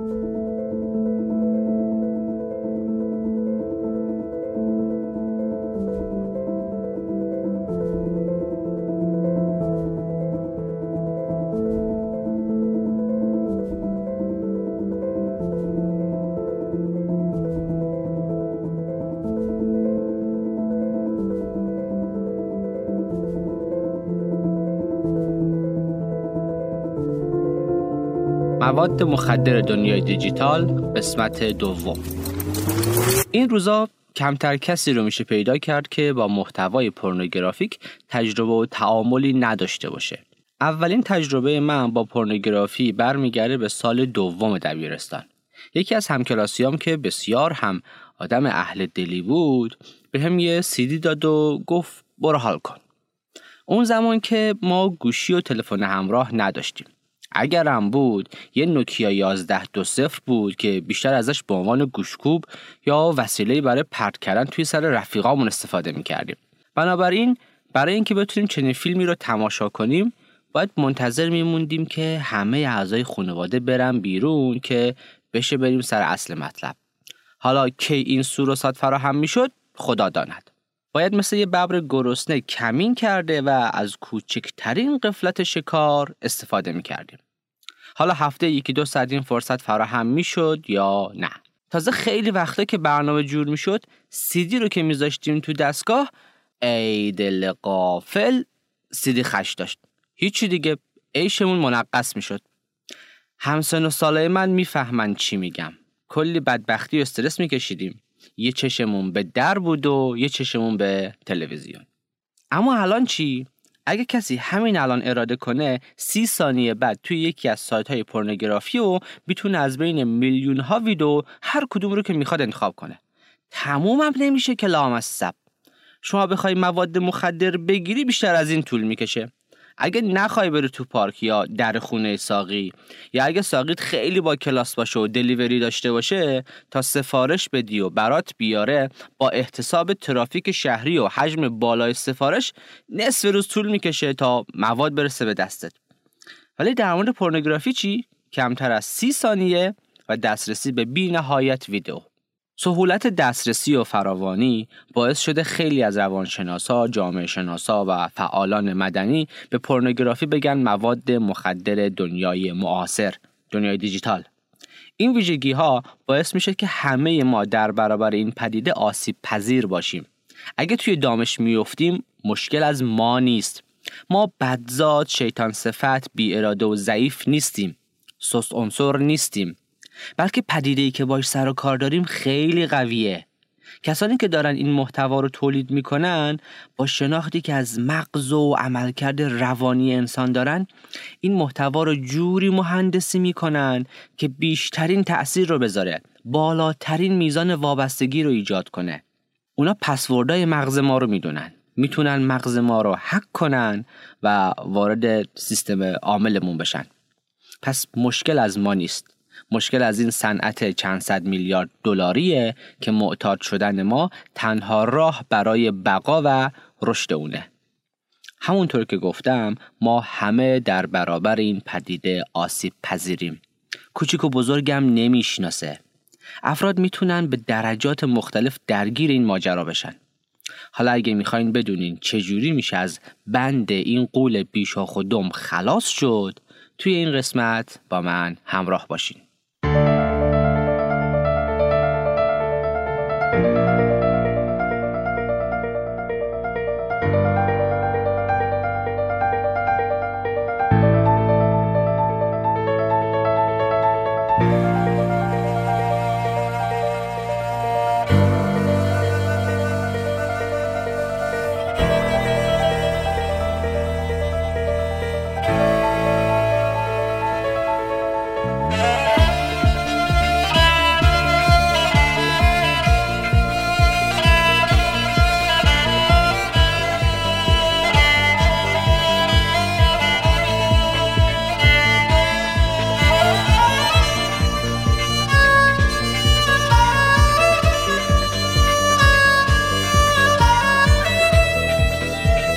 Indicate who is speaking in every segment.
Speaker 1: مواد مخدر دنیای دیجیتال قسمت دوم. این روزا کمتر کسی رو میشه پیدا کرد که با محتوای پورنوگرافیک تجربه و تعاملی نداشته باشه. اولین تجربه من با پورنوگرافی برمیگرده به سال دوم دبیرستان. یکی از همکلاسیام که بسیار هم آدم اهل دلی بود بهم یه CD داد و گفت برو حال کن. اون زمان که ما گوشی و تلفن همراه نداشتیم. اگرم بود یه نوکیا 1120 بود که بیشتر ازش به عنوان گوشکوب یا وسیله‌ای برای پرت کردن توی سر رفیقامون استفاده می‌کردیم. بنابراین برای اینکه بتونیم چنین فیلمی رو تماشا کنیم باید منتظر میموندیم که همه اعضای خانواده برن بیرون که بشه بریم سر اصل مطلب. حالا کی این سور و سات فراهم میشد خدا داند. باید مثل یه ببر گرسنه کمین کرده و از کوچکترین غفلت شکار استفاده میکردیم. حالا هفته 1-2 ساعت این فرصت فراهم میشد یا نه. تازه خیلی وقتا که برنامه جور میشد CD رو که میذاشتیم تو دستگاه ای دل غافل CD خش داشت. هیچی دیگه، عیشمون منقص میشد. همسن و سالای من میفهمن چی میگم. کلی بدبختی و استرس میکشیدیم. یه چشمون به در بود و یه چشمون به تلویزیون. اما الان چی؟ اگه کسی همین الان اراده کنه 30 ثانیه بعد توی یکی از سایت‌های پورنوگرافی و میتونه از بین میلیون‌ها ویدیو هر کدوم رو که میخواد انتخاب کنه. تمومم نمیشه که لامصب. شما بخوای مواد مخدر بگیری بیشتر از این طول میکشه. اگه نخوای بری تو پارک یا در خونه ساقی یا اگه ساقیت خیلی با کلاس باشه و دلیوری داشته باشه تا سفارش بدی و برات بیاره با احتساب ترافیک شهری و حجم بالای سفارش نصف روز طول میکشه تا مواد برسه به دستت. ولی در مورد پورنوگرافی چی؟ کمتر از 30 ثانیه و دسترسی به بی نهایت ویدیو. سهولت دسترسی و فراوانی باعث شده خیلی از روانشناسا، جامعه شناسا و فعالان مدنی به پورنوگرافی بگن مواد مخدر دنیای معاصر، دنیای دیجیتال. این ویژگی ها باعث میشه که همه ما در برابر این پدیده آسیب پذیر باشیم. اگه توی دامش میافتیم مشکل از ما نیست. ما بدزاد، شیطان صفت، بی اراده و ضعیف نیستیم. سست عنصر نیستیم. بلکه پدیده‌ای که باش سر و کار داریم خیلی قویه. کسانی که دارن این محتوا رو تولید میکنن با شناختی که از مغز و عملکرد روانی انسان دارن این محتوا رو جوری مهندسی میکنن که بیشترین تأثیر رو بذاره، بالاترین میزان وابستگی رو ایجاد کنه. اونا پسوردهای مغز ما رو میدونن، میتونن مغز ما رو هک کنن و وارد سیستم عاملمون بشن. پس مشکل از ما نیست. مشکل از این صنعت چند صد میلیارد دلاریه که معتاد شدن ما تنها راه برای بقا و رشد اونه. همونطور که گفتم ما همه در برابر این پدیده آسیب پذیریم. کوچیک و بزرگم نمیشناسه. افراد میتونن به درجات مختلف درگیر این ماجرا بشن. حالا اگه میخواین بدونین چجوری میشه از بند این غول بیشاخ و دم خلاص شد توی این قسمت با من همراه باشین.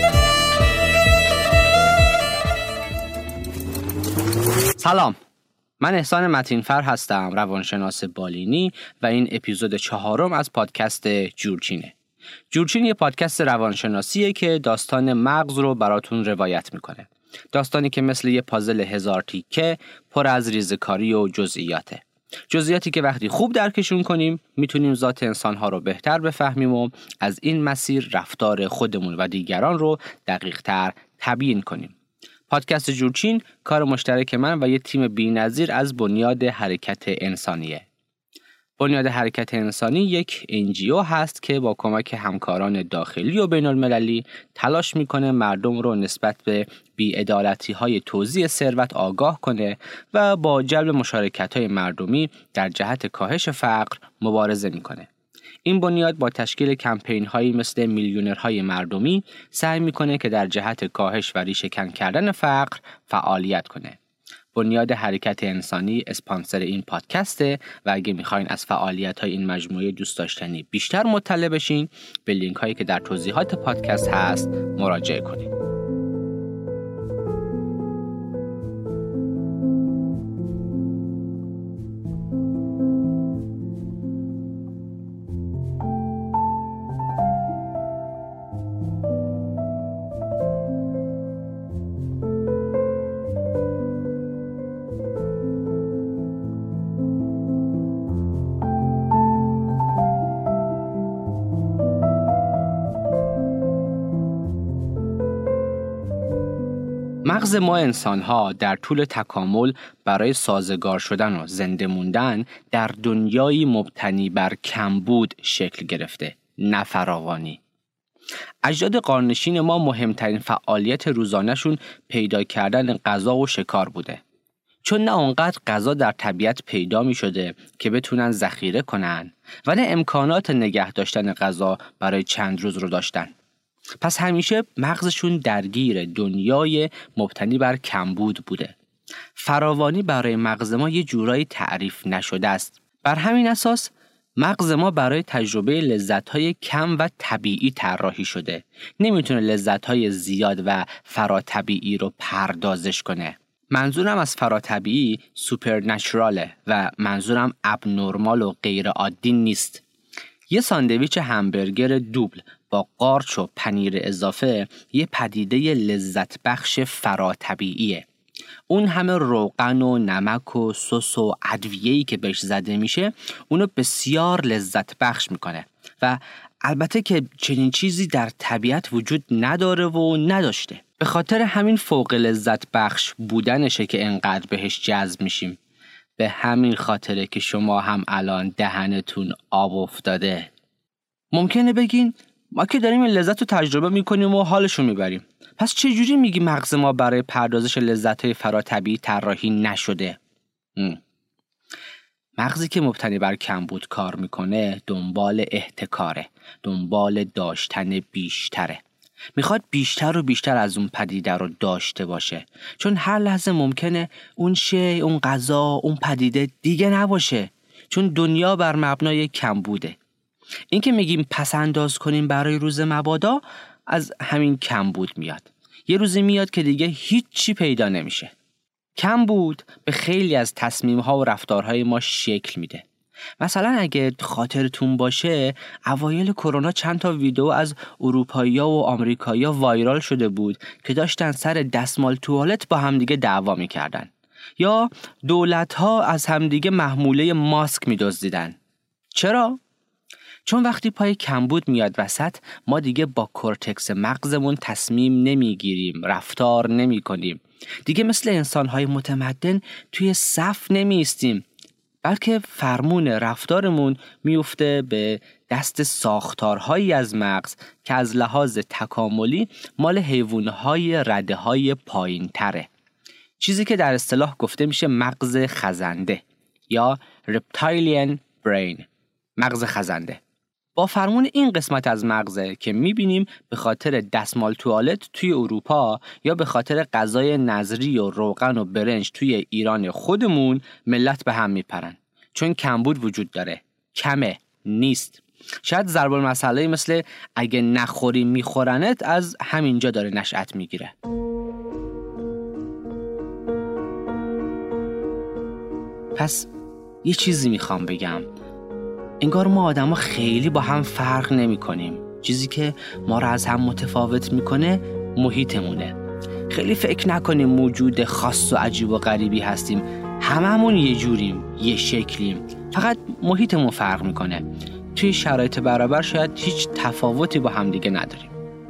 Speaker 1: سلام، من احسان متینفر هستم، روانشناس بالینی و این اپیزود 4 از پادکست جورچینه. جورچین یه پادکست روانشناسیه که داستان مغز رو براتون روایت میکنه. داستانی که مثل یه پازل 1000 تیکه پر از ریزکاری و جزئیاته. جزئیاتی که وقتی خوب درکشون کنیم میتونیم ذات انسانها رو بهتر بفهمیم و از این مسیر رفتار خودمون و دیگران رو دقیق‌تر تبیین کنیم. پادکست جورچین کار مشترک من و یه تیم بی‌نظیر از بنیاد حرکت انسانیه. بنیاد حرکت انسانی یک NGO هست که با کمک همکاران داخلی و بین المللی تلاش میکنه مردم رو نسبت به بی‌عدالتی‌های توزیع ثروت آگاه کنه و با جلب مشارکت‌های مردمی در جهت کاهش فقر مبارزه میکنه. این بنیاد با تشکیل کمپین‌هایی مثل میلیونرهای مردمی سعی میکنه که در جهت کاهش و ریشه‌کن کردن فقر فعالیت کنه. بنیاد حرکت انسانی اسپانسر این پادکسته و اگه میخواین از فعالیت‌های این مجموعه دوست داشتنی بیشتر مطلع بشین به لینک هایی که در توضیحات پادکست هست مراجعه کنید. مغز ما انسان‌ها در طول تکامل برای سازگار شدن و زنده موندن در دنیایی مبتنی بر کمبود شکل گرفته، نه فراوانی. اجداد غارنشین ما مهمترین فعالیت روزانه‌شون پیدا کردن غذا و شکار بوده. چون نه اونقدر غذا در طبیعت پیدا می شده که بتونن ذخیره کنن و نه امکانات نگه داشتن غذا برای چند روز رو داشتن. پس همیشه مغزشون درگیر دنیای مبتنی بر کمبود بوده. فراوانی برای مغز ما یه جورایی تعریف نشده است. بر همین اساس مغز ما برای تجربه لذت‌های کم و طبیعی طراحی شده. نمیتونه لذت‌های زیاد و فراتبیعی رو پردازش کنه. منظورم از فراتبیعی سوپرنچراله و منظورم ابنورمال و غیر عادی نیست. یه ساندویچ همبرگر دوبل با قارچ و پنیر اضافه یه پدیده لذت بخش فراتبیعیه. اون همه روغن و نمک و سس و ادویه‌ای که بهش زده میشه اونو بسیار لذت بخش میکنه و البته که چنین چیزی در طبیعت وجود نداره و نداشته. به خاطر همین فوق لذت بخش بودنشه که انقدر بهش جذب میشیم. به همین خاطره که شما هم الان دهنتون آب افتاده. ممکنه بگین ما که داریم این لذت رو تجربه میکنیم و حالشو میبریم. پس چجوری میگی مغز ما برای پردازش لذت‌های فراتبیعی طراحی نشده؟ مغزی که مبتنی بر کمبود کار میکنه دنبال احتکاره، دنبال داشتن بیشتره. میخواد بیشتر و بیشتر از اون پدیده رو داشته باشه، چون هر لحظه ممکنه اون شی، اون غذا، اون پدیده دیگه نباشه، چون دنیا بر مبنای کمبوده. این که میگیم پس انداز کنیم برای روز مبادا از همین کمبود میاد. یه روزی میاد که دیگه هیچی پیدا نمیشه. کمبود به خیلی از تصمیم‌ها و رفتارهای ما شکل میده. مثلا اگه خاطرتون باشه اوایل کرونا چند تا ویدیو از اروپایی‌ها و آمریکایی‌ها وایرال شده بود که داشتن سر دستمال توالت با همدیگه دعوا میکردن یا دولت‌ها از همدیگه محموله ماسک میدزدیدن. چرا؟ چون وقتی پای کمبود میاد وسط ما دیگه با کورتکس مغزمون تصمیم نمیگیریم، رفتار نمی کنیم. دیگه مثل انسان‌های متمدن توی صف نمیستیم، بلکه فرمون رفتارمون میفته به دست ساختارهایی از مغز که از لحاظ تکاملی مال حیوانهای رده‌های پایین‌تره. چیزی که در اصطلاح گفته میشه مغز خزنده یا reptilian brain، مغز خزنده. با فرمون این قسمت از مغزه که میبینیم به خاطر دستمال توالت توی اروپا یا به خاطر غذای نظری و روغن و برنج توی ایران خودمون ملت به هم میپرن، چون کمبود وجود داره. کمه، نیست. شاید ضرب المثلی مثل اگه نخوری میخورنت از همینجا داره نشأت میگیره. پس یه چیزی میخوام بگم، انگار ما آدما خیلی با هم فرق نمی کنیم. چیزی که ما رو از هم متفاوت میکنه محیطمونه. خیلی فکر نکنیم موجود خاص و عجیب و غریبی هستیم. هممون یه جوریم، یه شکلیم، فقط محیطمون فرق میکنه. توی شرایط برابر شاید هیچ تفاوتی با هم دیگه نداریم.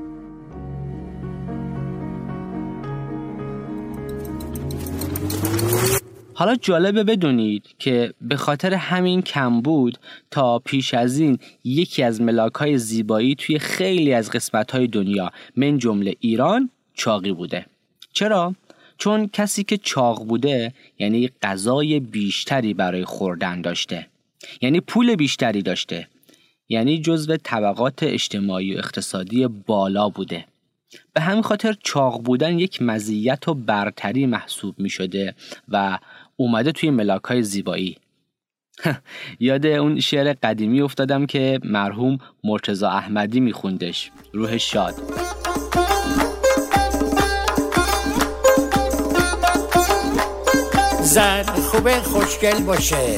Speaker 1: حالا جالبه بدونید که به خاطر همین کمبود تا پیش از این یکی از ملاک‌های زیبایی توی خیلی از قسمت‌های دنیا من جمله ایران چاقی بوده. چرا؟ چون کسی که چاق بوده یعنی غذای بیشتری برای خوردن داشته، یعنی پول بیشتری داشته، یعنی جزو طبقات اجتماعی و اقتصادی بالا بوده. به همین خاطر چاق بودن یک مزیت و برتری محسوب می شده و اومده توی ملاک‌های زیبایی. یاد اون شعر قدیمی افتادم که مرحوم مرتضی احمدی می خوندش، روح شاد.
Speaker 2: زن خوبه خوشگل باشه،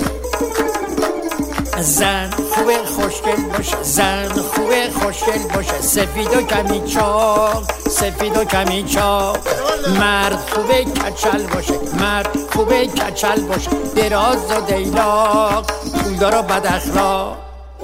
Speaker 2: زن خوبه خوشگل باشه، زن خوبه خوشگل باشه، سفید و کمی چاق، سفید و کمی چاق. مرد خوبه کچل باشه، مرد خوبه کچل باشه، دراز و دیلاق، پولدار و بد اخلاق.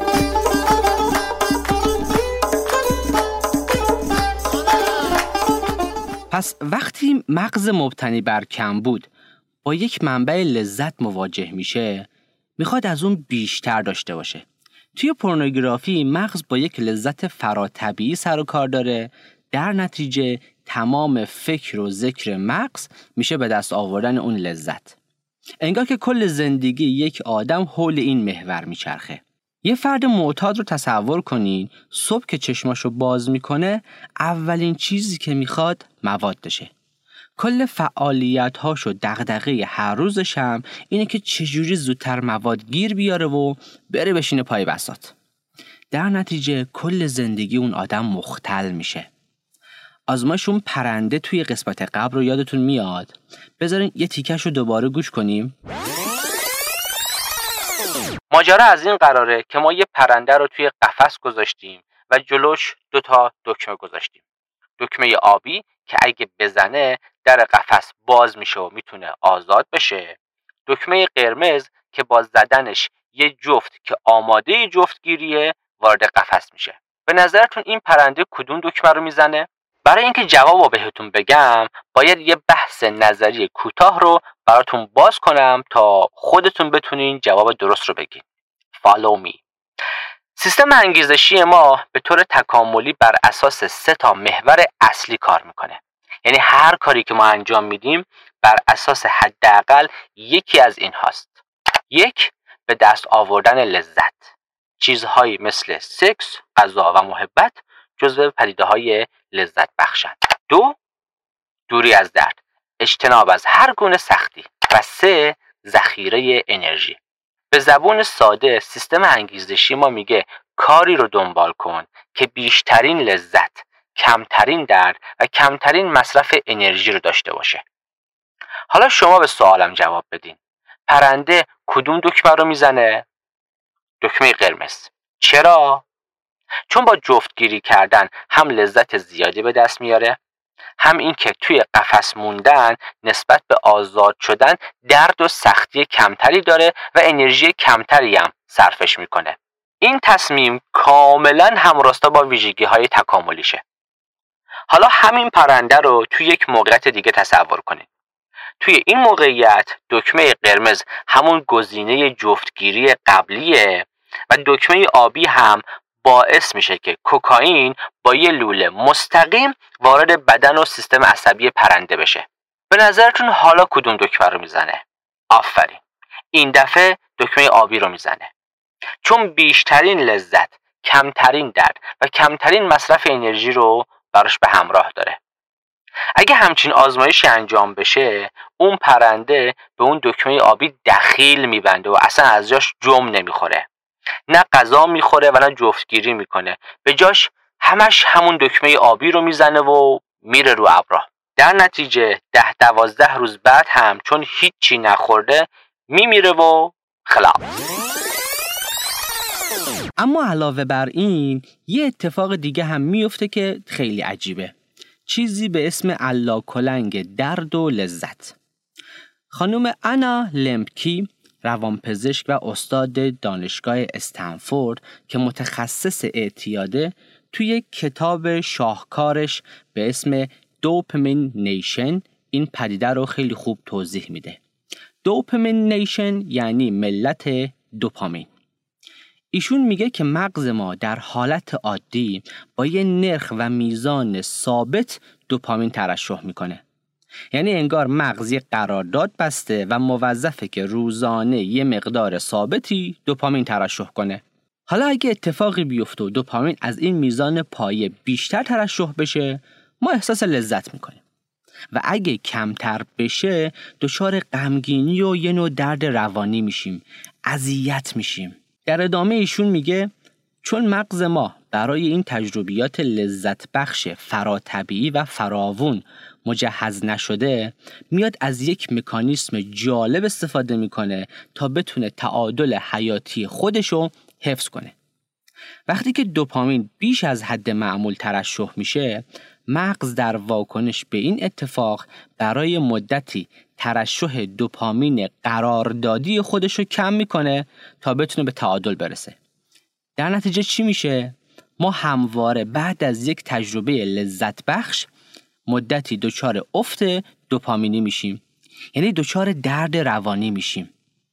Speaker 1: پس وقتی مغز مبتنی بر کمبود با یک منبع لذت مواجه میشه، میخواد از اون بیشتر داشته باشه. توی پورنوگرافی مغز با یک لذت فراتبیعی سر و کار داره، در نتیجه تمام فکر و ذکر مغز میشه به دست آوردن اون لذت. انگار که کل زندگی یک آدم حول این محور میچرخه. یه فرد معتاد رو تصور کنین، صبح که چشماشو باز میکنه اولین چیزی که میخواد موادشه. کل فعالیت‌هاش و دغدغه هر روزش هم اینه که چجوری زودتر مواد گیر بیاره و بره بشینه پای بساط. در نتیجه کل زندگی اون آدم مختل میشه. آزمایش اون پرنده توی قسمت قبل رو یادتون میاد؟ بذارین یه تیکش رو دوباره گوش کنیم. ماجرا از این قراره که ما یه پرنده رو توی قفس گذاشتیم و جلوش 2 دکمه گذاشتیم. دکمه آبی که اگه بزنه در قفس باز میشه و میتونه آزاد بشه. دکمه قرمز که با زدنش یه جفت که آماده جفتگیریه وارد قفس میشه. به نظرتون این پرنده کدوم دکمه رو میزنه؟ برای اینکه جوابو بهتون بگم باید یه بحث نظری کوتاه رو براتون باز کنم تا خودتون بتونین جواب درست رو بگین. Follow me. سیستم انگیزشی ما به طور تکاملی بر اساس 3 محور اصلی کار میکنه. یعنی هر کاری که ما انجام میدیم بر اساس حداقل یکی از این هاست. 1. به دست آوردن لذت. چیزهایی مثل سکس، غذا و محبت جزو پدیده‌های لذت بخشند. 2. دوری از درد، اجتناب از هر گونه سختی. و 3. ذخیره انرژی. به زبون ساده سیستم انگیزشی ما میگه کاری رو دنبال کن که بیشترین لذت، کمترین درد و کمترین مصرف انرژی رو داشته باشه. حالا شما به سوالم جواب بدین. پرنده کدوم دکمه رو میزنه؟ دکمه قرمز. چرا؟ چون با جفتگیری کردن هم لذت زیادی به دست میاره، هم این که توی قفس موندن نسبت به آزاد شدن درد و سختی کمتری داره و انرژی کمتری هم صرفش میکنه. این تصمیم کاملا همراستا با ویژگی‌های تکاملیشه. حالا همین پرنده رو توی یک موقعیت دیگه تصور کنید. توی این موقعیت دکمه قرمز همون گزینه جفتگیری قبلیه و دکمه آبی هم باعث میشه که کوکائین با یه لوله مستقیم وارد بدن و سیستم عصبی پرنده بشه. به نظرتون حالا کدوم دکمه رو میزنه؟ آفرین. این دفعه دکمه آبی رو میزنه. چون بیشترین لذت، کمترین درد و کمترین مصرف انرژی رو براش به همراه داره. اگه همچین آزمایشی انجام بشه، اون پرنده به اون دکمه آبی دخیل میبنده و اصلا از جاش جم نمیخوره. نه غذا میخوره و نه جفتگیری میکنه. به جاش همش همون دکمه آبی رو میزنه و میره رو ابرها. در نتیجه 10-12 روز بعد هم چون هیچی نخورده میمیره و خلاص. اما علاوه بر این یه اتفاق دیگه هم میفته که خیلی عجیبه. چیزی به اسم علاکلنگ درد و لذت. خانم انا لمپکی، روانپزشک و استاد دانشگاه استنفورد که متخصص اعتیاده، توی کتاب شاهکارش به اسم دوپامین نیشن این پدیده رو خیلی خوب توضیح میده. دوپامین نیشن یعنی ملت دوپامین. ایشون میگه که مغز ما در حالت عادی با یه نرخ و میزان ثابت دوپامین ترشح میکنه. یعنی انگار مغز یه قرارداد بسته و موظفه که روزانه یه مقدار ثابتی دوپامین ترشح کنه. حالا اگه اتفاقی بیفته و دوپامین از این میزان پایه بیشتر ترشح بشه، ما احساس لذت میکنیم. و اگه کمتر بشه، دچار غمگینی و یه نوع درد روانی میشیم، اذیت میشیم. در ادامه ایشون میگه چون مغز ما برای این تجربیات لذت بخش فراطبیعی و فراوون مجهز نشده، میاد از یک مکانیسم جالب استفاده میکنه تا بتونه تعادل حیاتی خودشو حفظ کنه. وقتی که دوپامین بیش از حد معمول ترشح میشه، مغز در واکنش به این اتفاق برای مدتی ترشح دوپامین قراردادی خودشو کم میکنه تا بتونه به تعادل برسه. در نتیجه چی میشه؟ ما همواره بعد از یک تجربه لذت بخش مدتی دچار افت دوپامینی میشیم، یعنی دچار درد روانی میشیم.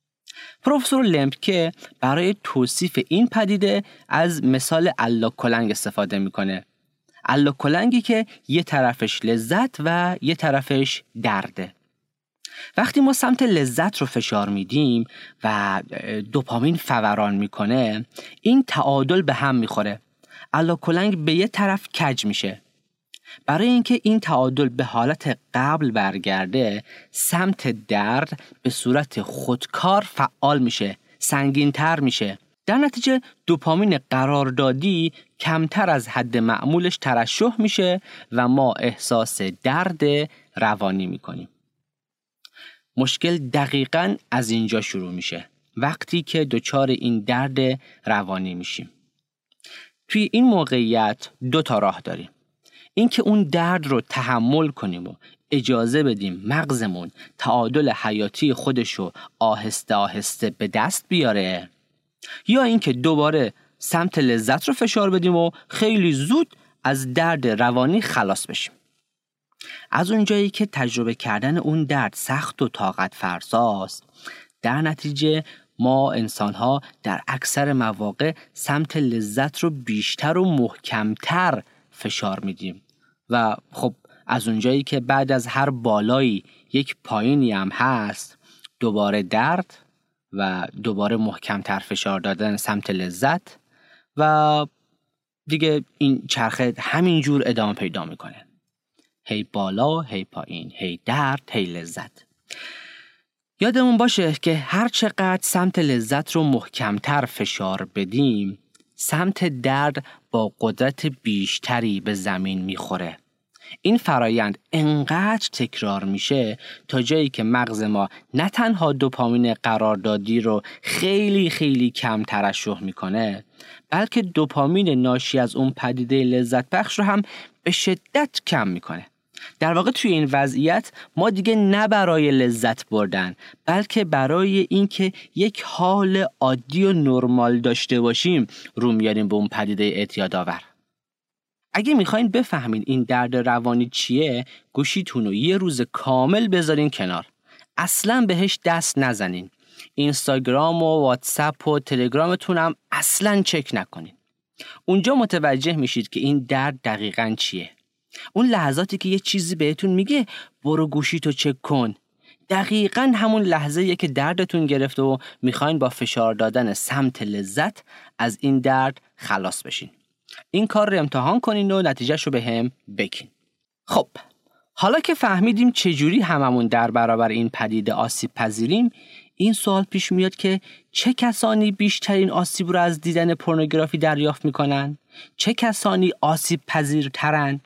Speaker 1: پروفسور لمپکه برای توصیف این پدیده از مثال علاکلنگ استفاده میکنه. علاکلنگی که یه طرفش لذت و یه طرفش درده. وقتی ما سمت لذت رو فشار میدیم و دوپامین فوران میکنه، این تعادل به هم میخوره. علاکلنگ به یه طرف کج میشه. برای اینکه این تعادل به حالت قبل برگرده، سمت درد به صورت خودکار فعال میشه، سنگین‌تر میشه. در نتیجه دوپامین قراردادی کمتر از حد معمولش ترشح میشه و ما احساس درد روانی میکنیم. مشکل دقیقاً از اینجا شروع میشه، وقتی که دچار این درد روانی میشیم. توی این موقعیت 2 راه داریم. این که اون درد رو تحمل کنیم و اجازه بدیم مغزمون تعادل حیاتی خودشو آهسته آهسته به دست بیاره، یا این که دوباره سمت لذت رو فشار بدیم و خیلی زود از درد روانی خلاص بشیم. از اونجایی که تجربه کردن اون درد سخت و طاقت فرساست، در نتیجه ما انسان‌ها در اکثر مواقع سمت لذت رو بیشتر و محکمتر فشار میدیم و خب از اونجایی که بعد از هر بالایی یک پایینی هم هست، دوباره درد و دوباره محکمتر فشار دادن سمت لذت و دیگه این چرخه همینجور ادامه پیدا میکنه. هی بالا، هی پایین، هی درد، هی لذت. یادمون باشه که هر چقدر سمت لذت رو محکمتر فشار بدیم، سمت درد با قدرت بیشتری به زمین میخوره. این فرایند انقدر تکرار میشه تا جایی که مغز ما نه تنها دوپامین قراردادی رو خیلی خیلی کم ترشح میکنه، بلکه دوپامین ناشی از اون پدیده لذت بخش رو هم به شدت کم میکنه. در واقع توی این وضعیت ما دیگه نه برای لذت بردن، بلکه برای اینکه یک حال عادی و نرمال داشته باشیم رو میاریم به اون پدیده اعتیادآور. اگه میخواین بفهمین این درد روانی چیه، گوشیتون رو یه روز کامل بذارین کنار. اصلاً بهش دست نزنین. اینستاگرام و واتساپ و تلگرامتون هم اصلاً چک نکنین. اونجا متوجه میشید که این درد دقیقاً چیه. اون لحظاتی که یه چیزی بهتون میگه برو گوشیتو چک کن، دقیقاً همون لحظه‌ایه که دردتون گرفته و میخواین با فشار دادن سمت لذت از این درد خلاص بشین. این کار رو امتحان کنین و نتیجهش رو به هم بگین. خب حالا که فهمیدیم چجوری هممون در برابر این پدیده آسیب پذیریم، این سوال پیش میاد که چه کسانی بیشترین آسیب رو از دیدن پورنوگرافی دریافت میکنن؟ چه کسانی آسیب پذیرترن؟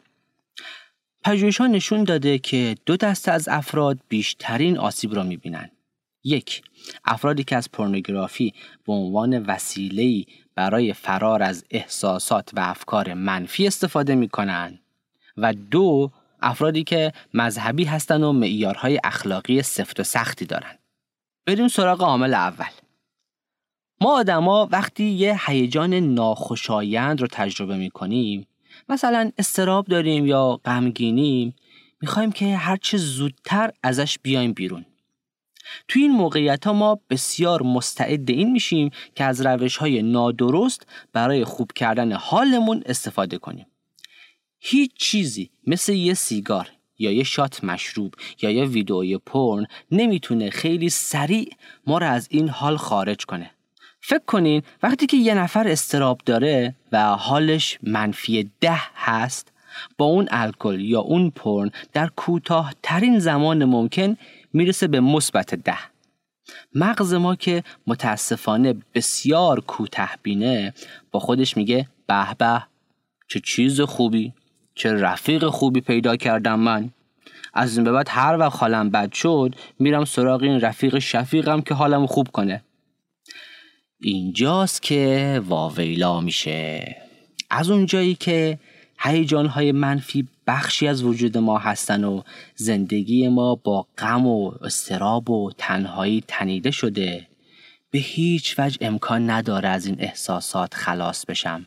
Speaker 1: پژوهش‌ها نشون داده که 2 دسته از افراد بیشترین آسیب را میبینن. 1. افرادی که از پورنوگرافی به عنوان وسیله‌ای برای فرار از احساسات و افکار منفی استفاده می‌کنند. و 2. افرادی که مذهبی هستن و معیارهای اخلاقی سفت و سختی دارن. بریم سراغ عامل اول. ما آدما وقتی یه هیجان ناخوشایند رو تجربه می‌کنیم، مثلا اضطراب داریم یا غمگینیم، می‌خوایم که هر چه زودتر ازش بیایم بیرون. توی این موقعیت‌ها ما بسیار مستعد این میشیم که از روش‌های نادرست برای خوب کردن حالمون استفاده کنیم. هیچ چیزی مثل یه سیگار یا یه شات مشروب یا یه ویدئوی پورن نمیتونه خیلی سریع ما رو از این حال خارج کنه. فکر کنین وقتی که یه نفر اضطراب داره و حالش -10 هست، با اون الکل یا اون پورن در کوتاه‌ترین زمان ممکن میرسه به -10. مغز ما که متاسفانه بسیار کوتاه‌بینه با خودش میگه به به، چه چیز خوبی، چه رفیق خوبی پیدا کردم من. از این به بعد هر وقت حالم بد شد میرم سراغ این رفیق شفیقم که حالمو خوب کنه. اینجاست که واویلا میشه. از اونجایی که هیجان‌های منفی بخشی از وجود ما هستن و زندگی ما با غم و اضطراب و تنهایی تنیده شده، به هیچ وجه امکان نداره از این احساسات خلاص بشم.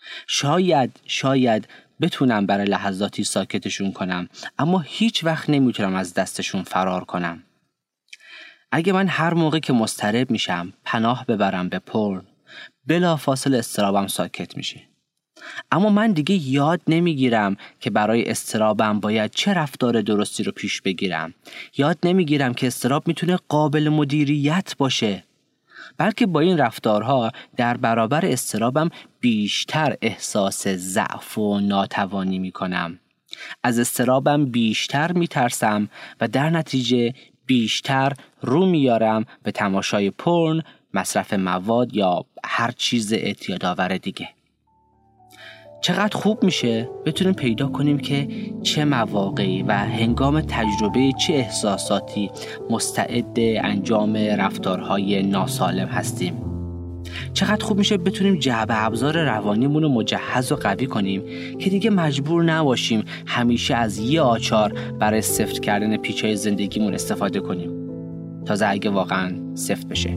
Speaker 1: شاید بتونم برای لحظاتی ساکتشون کنم، اما هیچ وقت نمیتونم از دستشون فرار کنم. اگه من هر موقع که مضطرب میشم پناه ببرم به پورن، بلافاصله اضطرابم ساکت میشه. اما من دیگه یاد نمیگیرم که برای اضطرابم باید چه رفتار درستی رو پیش بگیرم. یاد نمیگیرم که اضطراب میتونه قابل مدیریت باشه. بلکه با این رفتارها در برابر اضطرابم بیشتر احساس ضعف و ناتوانی میکنم. از اضطرابم بیشتر میترسم و در نتیجه بیشتر رو میارم به تماشای پورن، مصرف مواد یا هر چیز اعتیادآور دیگه. چقدر خوب میشه بتونیم پیدا کنیم که چه مواقعی و هنگام تجربه چه احساساتی مستعد انجام رفتارهای ناسالم هستیم. چقدر خوب میشه بتونیم جعبه ابزار روانیمون رو مجهز و قوی کنیم که دیگه مجبور نباشیم همیشه از یه آچار برای سفت کردن پیچ‌های زندگیمون استفاده کنیم، تازه اگه واقعا سفت بشه.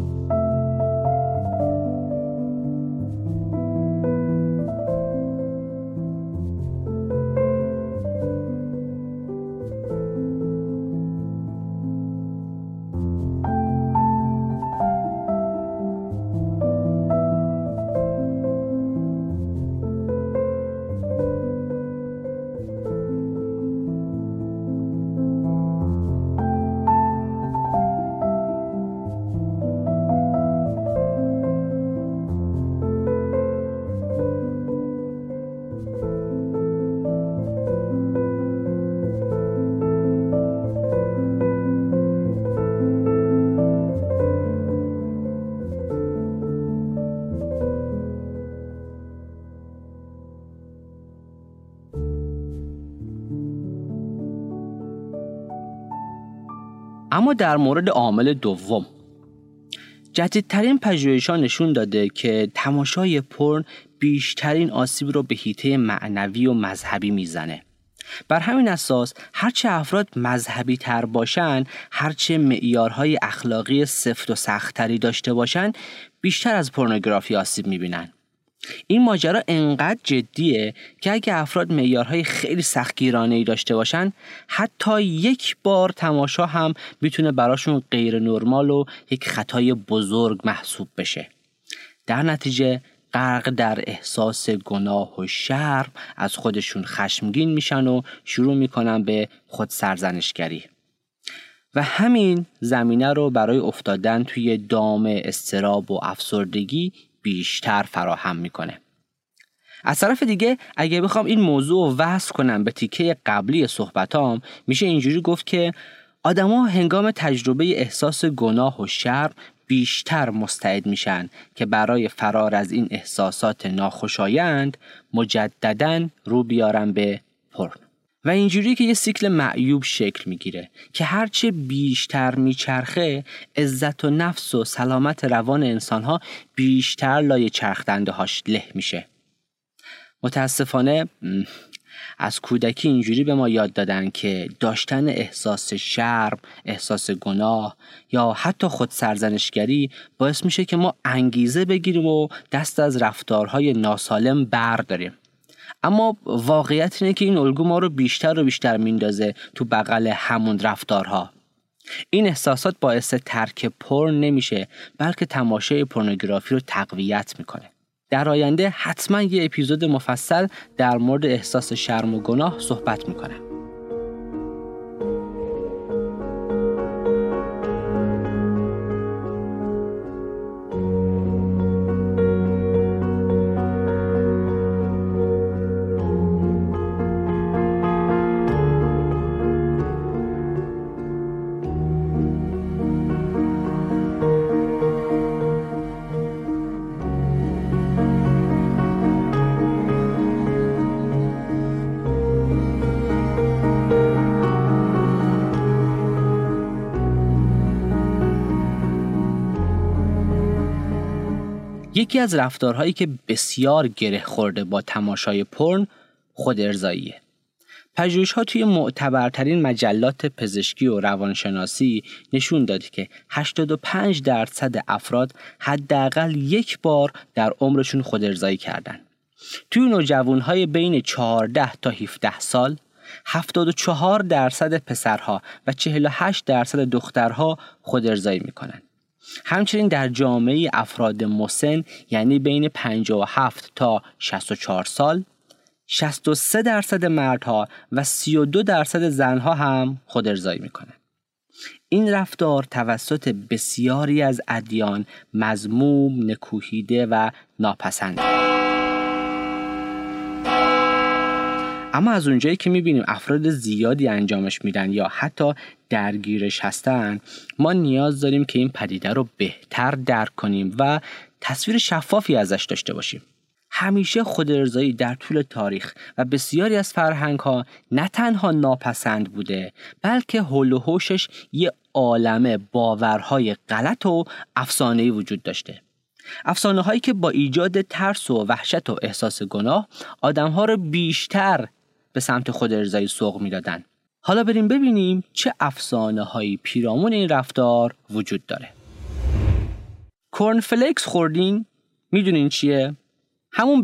Speaker 1: اما در مورد عامل دوم، جدیدترین پژوهش‌ها نشون داده که تماشای پورن بیشترین آسیب رو به حیطه معنوی و مذهبی میزنه. بر همین اساس هرچه افراد مذهبی تر باشن، هرچه معیارهای اخلاقی سفت و سخت‌تری داشته باشن، بیشتر از پورنوگرافی آسیب میبینن. این ماجرا انقدر جدیه که اگه افراد معیارهای خیلی سختگیرانه‌ای داشته باشن، حتی یک بار تماشا هم میتونه براشون غیر نرمال و یک خطای بزرگ محسوب بشه. در نتیجه غرق در احساس گناه و شرم از خودشون خشمگین میشن و شروع میکنن به خود سرزنشگری و همین زمینه رو برای افتادن توی دام اضطراب و افسردگی بیشتر فراهم میکنه. از طرف دیگه اگه بخوام این موضوع رو وصل کنم به تیکه قبلی صحبتام، میشه اینجوری گفت که آدما هنگام تجربه احساس گناه و شرم بیشتر مستعد میشن که برای فرار از این احساسات ناخوشایند مجدداً رو بیارن به پورن. و اینجوری که یه سیکل معیوب شکل میگیره که هرچه بیشتر میچرخه عزت و نفس و سلامت روان انسانها بیشتر لای چرخدنده هاش له میشه. متاسفانه از کودکی اینجوری به ما یاد دادن که داشتن احساس شرم، احساس گناه یا حتی خود سرزنشگری باعث میشه که ما انگیزه بگیریم و دست از رفتارهای ناسالم برداریم. اما واقعیت اینه که این الگو ما رو بیشتر و بیشتر میندازه تو بغل همون رفتارها. این احساسات باعث ترک پورن نمیشه، بلکه تماشای پورنوگرافی رو تقویت میکنه. در آینده حتما یه اپیزود مفصل در مورد احساس شرم و گناه صحبت میکنم. یکی از رفتارهایی که بسیار گره خورده با تماشای پورن خودارضاییه. پژوهش‌ها توی معتبرترین مجلات پزشکی و روانشناسی نشون داد که 85% افراد حداقل یک بار در عمرشون خودارضایی کردن. توی نوجوان‌های بین 14 تا 17 سال 74% پسرها و 48% دخترها خودارضایی میکنن. همچنین در جامعه افراد مسن یعنی بین 57 تا 64 سال 63% مردها و 32% زنها هم خودارضایی میکنن. این رفتار توسط بسیاری از ادیان مذموم، نکوهیده و ناپسنده. اما از اونجایی که میبینیم افراد زیادی انجامش میدن یا حتی درگیرش هستن، ما نیاز داریم که این پدیده رو بهتر درک کنیم و تصویر شفافی ازش داشته باشیم. همیشه خودارضایی در طول تاریخ و بسیاری از فرهنگ‌ها نه تنها ناپسند بوده، بلکه حول و حوشش یه عالمه باورهای غلط و افسانه‌ای وجود داشته. افسانه‌هایی که با ایجاد ترس و وحشت و احساس گناه آدم‌ها رو بیشتر به سمت خودارضایی سوق می‌دادن. حالا بریم ببینیم چه افسانه‌هایی پیرامون این رفتار وجود داره. کورن فلیکس خوردین؟ میدونین چیه؟ همون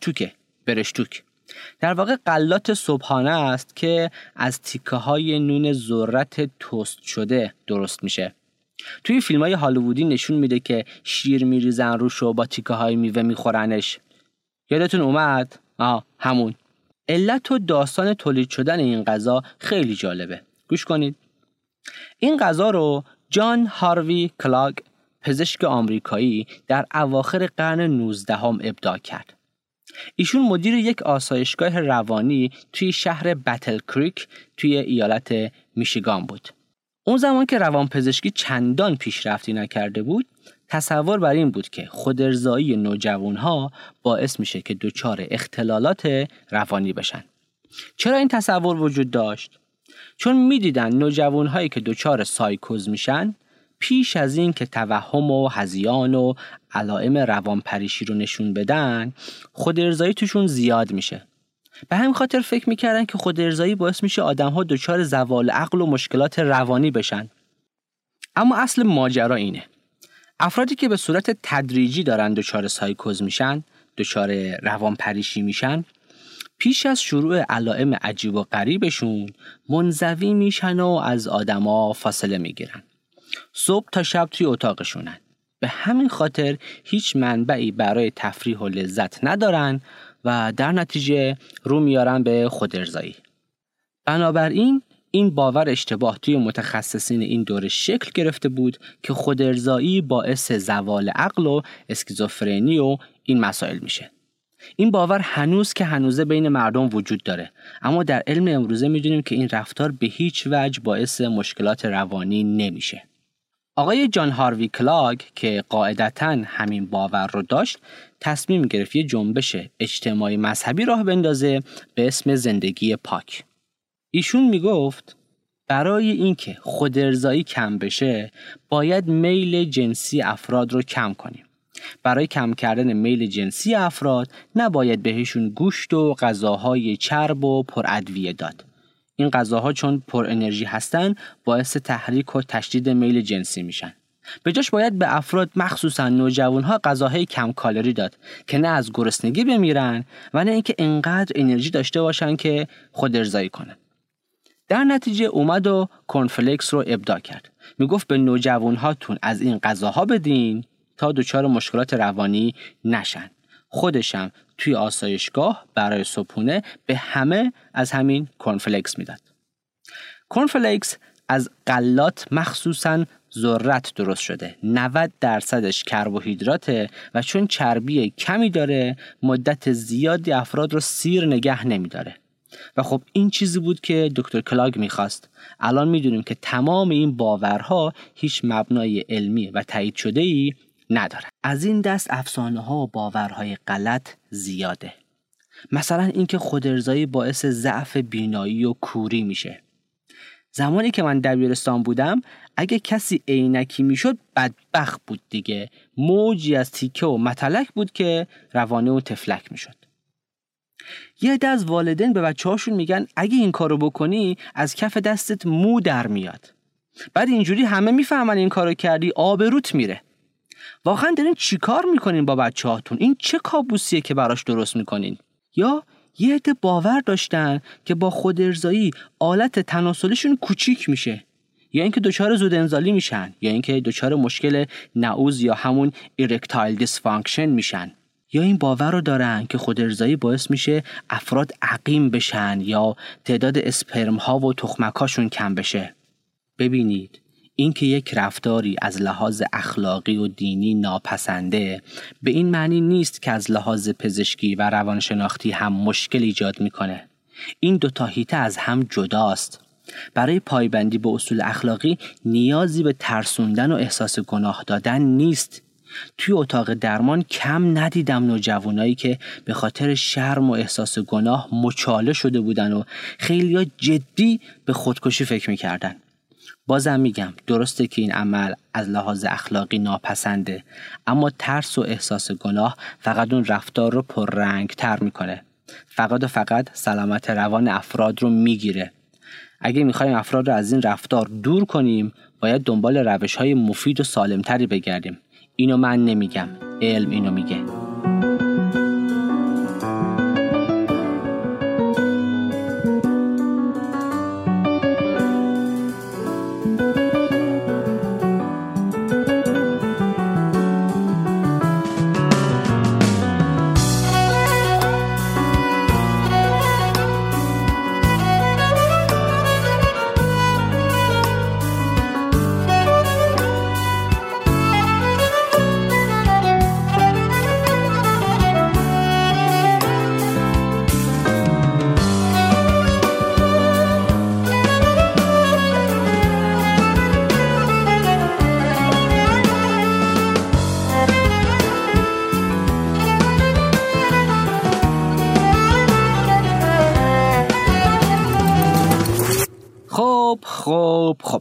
Speaker 1: برشتوک. در واقع غلات صبحانه است که از تیکه‌های نون ذرت توست شده درست میشه. توی فیلم‌های هالیوودی نشون میده که شیر میریزن روش و با تیکه‌های میوه میخورنش. یادتون اومد؟ همون. علت و داستان تولید شدن این غذا خیلی جالبه. گوش کنید. این غذا رو جان هاروی کلاگ، پزشک آمریکایی، در اواخر قرن 19 ابداع کرد. ایشون مدیر یک آسایشگاه روانی توی شهر بتل کریک توی ایالت میشیگان بود. اون زمان که روانپزشکی چندان پیشرفتی نکرده بود، تصور بر این بود که خودارضایی نوجوانها باعث میشه که دچار اختلالات روانی بشن. چرا این تصور وجود داشت؟ چون میدیدن نوجوانهایی که دچار سایکوز میشن پیش از این که توهم و هذیان و علائم روانپریشی رو نشون بدن، خودارضایی توشون زیاد میشه. به همین خاطر فکر میکردن که خودارضایی باعث میشه آدم‌ها دچار زوال عقل و مشکلات روانی بشن. اما اصل ماجرا اینه: افرادی که به صورت تدریجی دارن دچار سایکوز میشن، دچار روانپریشی میشن، پیش از شروع علائم عجیب و غریبشون منزوی میشن و از آدما فاصله میگیرن. صبح تا شب توی اتاقشونن. به همین خاطر هیچ منبعی برای تفریح و لذت ندارن و در نتیجه رو میارن به خودارضایی. بنابراین این باور اشتباه توی متخصصین این دوره شکل گرفته بود که خودارضایی باعث زوال عقل و اسکیزوفرنی و این مسائل میشه. این باور هنوز که هنوزه بین مردم وجود داره، اما در علم امروزه میدونیم که این رفتار به هیچ وجه باعث مشکلات روانی نمیشه. آقای جان هاروی کلاگ که قاعدتاً همین باور رو داشت، تصمیم گرفت یه جنبش اجتماعی مذهبی راه بندازه به اسم زندگی پاک. ایشون میگفت برای اینکه خودارضایی کم بشه باید میل جنسی افراد رو کم کنیم. برای کم کردن میل جنسی افراد نباید بهشون گوشت و غذاهای چرب و پر ادویه داد. این غذاها چون پر انرژی هستن باعث تحریک و تشدید میل جنسی میشن. به جاش باید به افراد مخصوصا نوجوانها غذاهای کم کالری داد که نه از گرسنگی بمیرن و نه اینکه انقدر انرژی داشته باشن که خودارضایی کنن. در نتیجه اومد و کورنفلکس رو ابداع کرد. میگفت به نوجوانهاتون از این غذاها بدین تا دچار مشکلات روانی نشن. خودشم توی آسایشگاه برای صبحونه به همه از همین کورنفلکس میداد. کورنفلکس از غلات مخصوصاً ذرت درست شده. 90% کربوهیدراته و چون چربی کمی داره مدت زیادی افراد رو سیر نگه نمیداره. و خب این چیزی بود که دکتر کلاگ میخواست. الان میدونیم که تمام این باورها هیچ مبنای علمی و تایید شده‌ای نداره. از این دست افسانه‌ها و باورهای غلط زیاده. مثلا اینکه خودارضایی باعث ضعف بینایی و کوری میشه. زمانی که من دبیرستان بودم اگه کسی عینکی میشد بدبخت بود دیگه. موجی از تیکه و متلک بود که روانه و تفلک میشد. یه عده از والدین به بچه‌هاشون میگن اگه این کارو بکنی از کف دستت مو در میاد. بعد اینجوری همه میفهمن این کارو کردی آبروت میره. واقعا دارین چی کار میکنین با بچه‌هاتون؟ این چه کابوسیه که براش درست میکنین؟ یا یه عده باور داشتن که با خودارضایی آلت تناسلیشون کوچیک میشه، یا اینکه دچار زود انزالی میشن، یا اینکه دچار مشکل نعوذ یا همون ایرکتایل دیسفانکشن میشن، یا این باور رو دارن که خودارضایی باعث میشه افراد عقیم بشن یا تعداد اسپرم ها و تخمکاشون کم بشه. ببینید این که یک رفتاری از لحاظ اخلاقی و دینی ناپسنده به این معنی نیست که از لحاظ پزشکی و روانشناختی هم مشکل ایجاد میکنه. این دو تا حیطه از هم جداست. برای پایبندی به اصول اخلاقی نیازی به ترسوندن و احساس گناه دادن نیست. توی اتاق درمان کم ندیدم نوجوانایی که به خاطر شرم و احساس گناه مچاله شده بودن و خیلی‌ها جدی به خودکشی فکر میکردن. بازم میگم درسته که این عمل از لحاظ اخلاقی ناپسنده، اما ترس و احساس گناه فقط اون رفتار رو پررنگ تر میکنه. فقط سلامت روان افراد رو میگیره. اگه میخوایم افراد رو از این رفتار دور کنیم باید دنبال روش‌های مفید و سالمتری بگردیم. اینو من نمیگم، علم اینو میگه. خب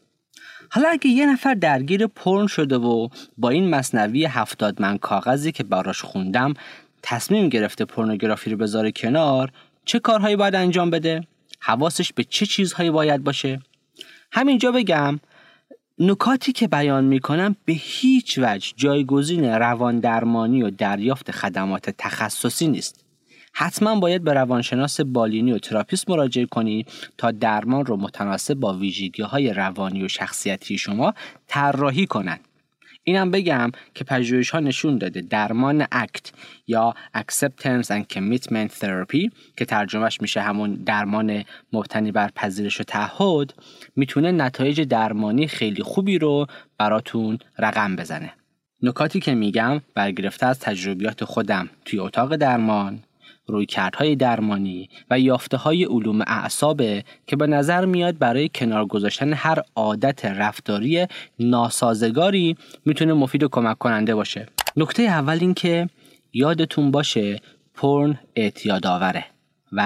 Speaker 1: حالا اگه یه نفر درگیر پورن شده و با این مثنوی 70 من کاغذی که براش خوندم تصمیم گرفته پورنوگرافی رو بذاره کنار، چه کارهایی باید انجام بده؟ حواسش به چه چیزهایی باید باشه؟ همینجا بگم نکاتی که بیان میکنم به هیچ وجه جایگزین روان درمانی و دریافت خدمات تخصصی نیست. حتما باید به روانشناس بالینی و تراپیست مراجعه کنی تا درمان رو متناسب با ویژگی‌های روانی و شخصیتی شما طراحی کنن. اینم بگم که پژوهش‌ها نشون داده درمان ACT یا Acceptance and Commitment Therapy که ترجمهش میشه همون درمان مبتنی بر پذیرش و تعهد میتونه نتایج درمانی خیلی خوبی رو براتون رقم بزنه. نکاتی که میگم برگرفته از تجربیات خودم توی اتاق درمان، رویکردهای درمانی و یافته‌های علوم اعصابه که به نظر میاد برای کنار گذاشتن هر عادت رفتاری ناسازگاری میتونه مفید و کمک کننده باشه. نکته اول این که یادتون باشه پورن اعتیادآوره و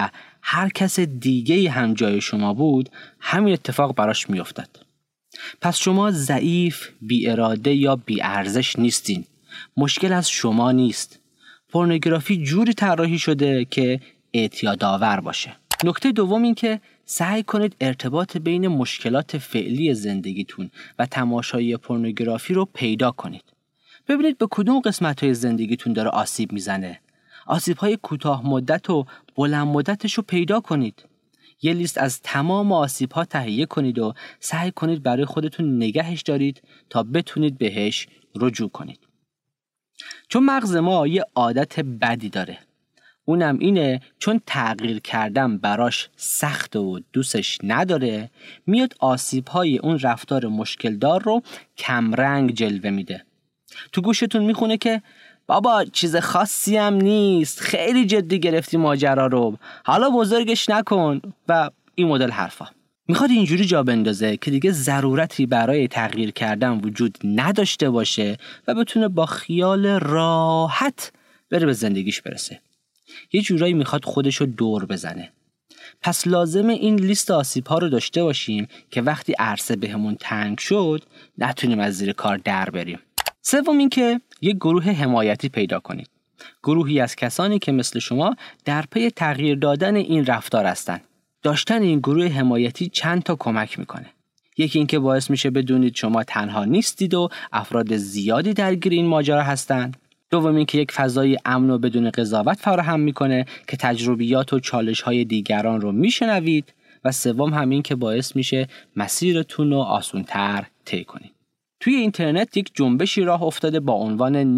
Speaker 1: هر کس دیگه‌ای هم جای شما بود همین اتفاق براش میافتاد. پس شما ضعیف، بی اراده یا بی ارزش نیستین. مشکل از شما نیست. پورنوگرافی جوری طراحی شده که اعتیادآور باشه. نکته دوم این که سعی کنید ارتباط بین مشکلات فعلی زندگیتون و تماشای پورنوگرافی رو پیدا کنید. ببینید به کدوم قسمت‌های زندگیتون داره آسیب میزنه. آسیب‌های کوتاه مدت و بلند مدتش رو پیدا کنید. یه لیست از تمام آسیب‌ها تهیه کنید و سعی کنید برای خودتون نگهش دارید تا بتونید بهش رجوع کنید. چون مغز ما یه عادت بدی داره. اونم اینه چون تغییر کردن براش سخت و دوستش نداره، میاد آسیب‌های اون رفتار مشکلدار رو کمرنگ جلوه میده. تو گوشتون میخونه که بابا چیز خاصی هم نیست، خیلی جدی گرفتی ماجرا رو، حالا بزرگش نکن و این مدل حرفا. میخواد اینجوری جا بندازه که دیگه ضرورتی برای تغییر کردن وجود نداشته باشه و بتونه با خیال راحت بره به زندگیش برسه. یه جورایی میخواد خودشو دور بزنه. پس لازمه این لیست آسیب‌ها رو داشته باشیم که وقتی عرصه بهمون تنگ شد نتونیم از زیر کار در بریم. سوم این که یک گروه حمایتی پیدا کنید. گروهی از کسانی که مثل شما در پی تغییر دادن این رفتار هستن. داشتن این گروه حمایتی چند تا کمک میکنه. یکی این که باعث میشه بدونید شما تنها نیستید و افراد زیادی درگیر این ماجرا هستن. دوم این که یک فضای امن و بدون قضاوت فراهم میکنه که تجربیات و چالش‌های دیگران رو میشنوید. و سوم همین که باعث میشه مسیرتون رو آسان‌تر طی کنید. توی اینترنت یک جنبشی راه افتاده با عنوان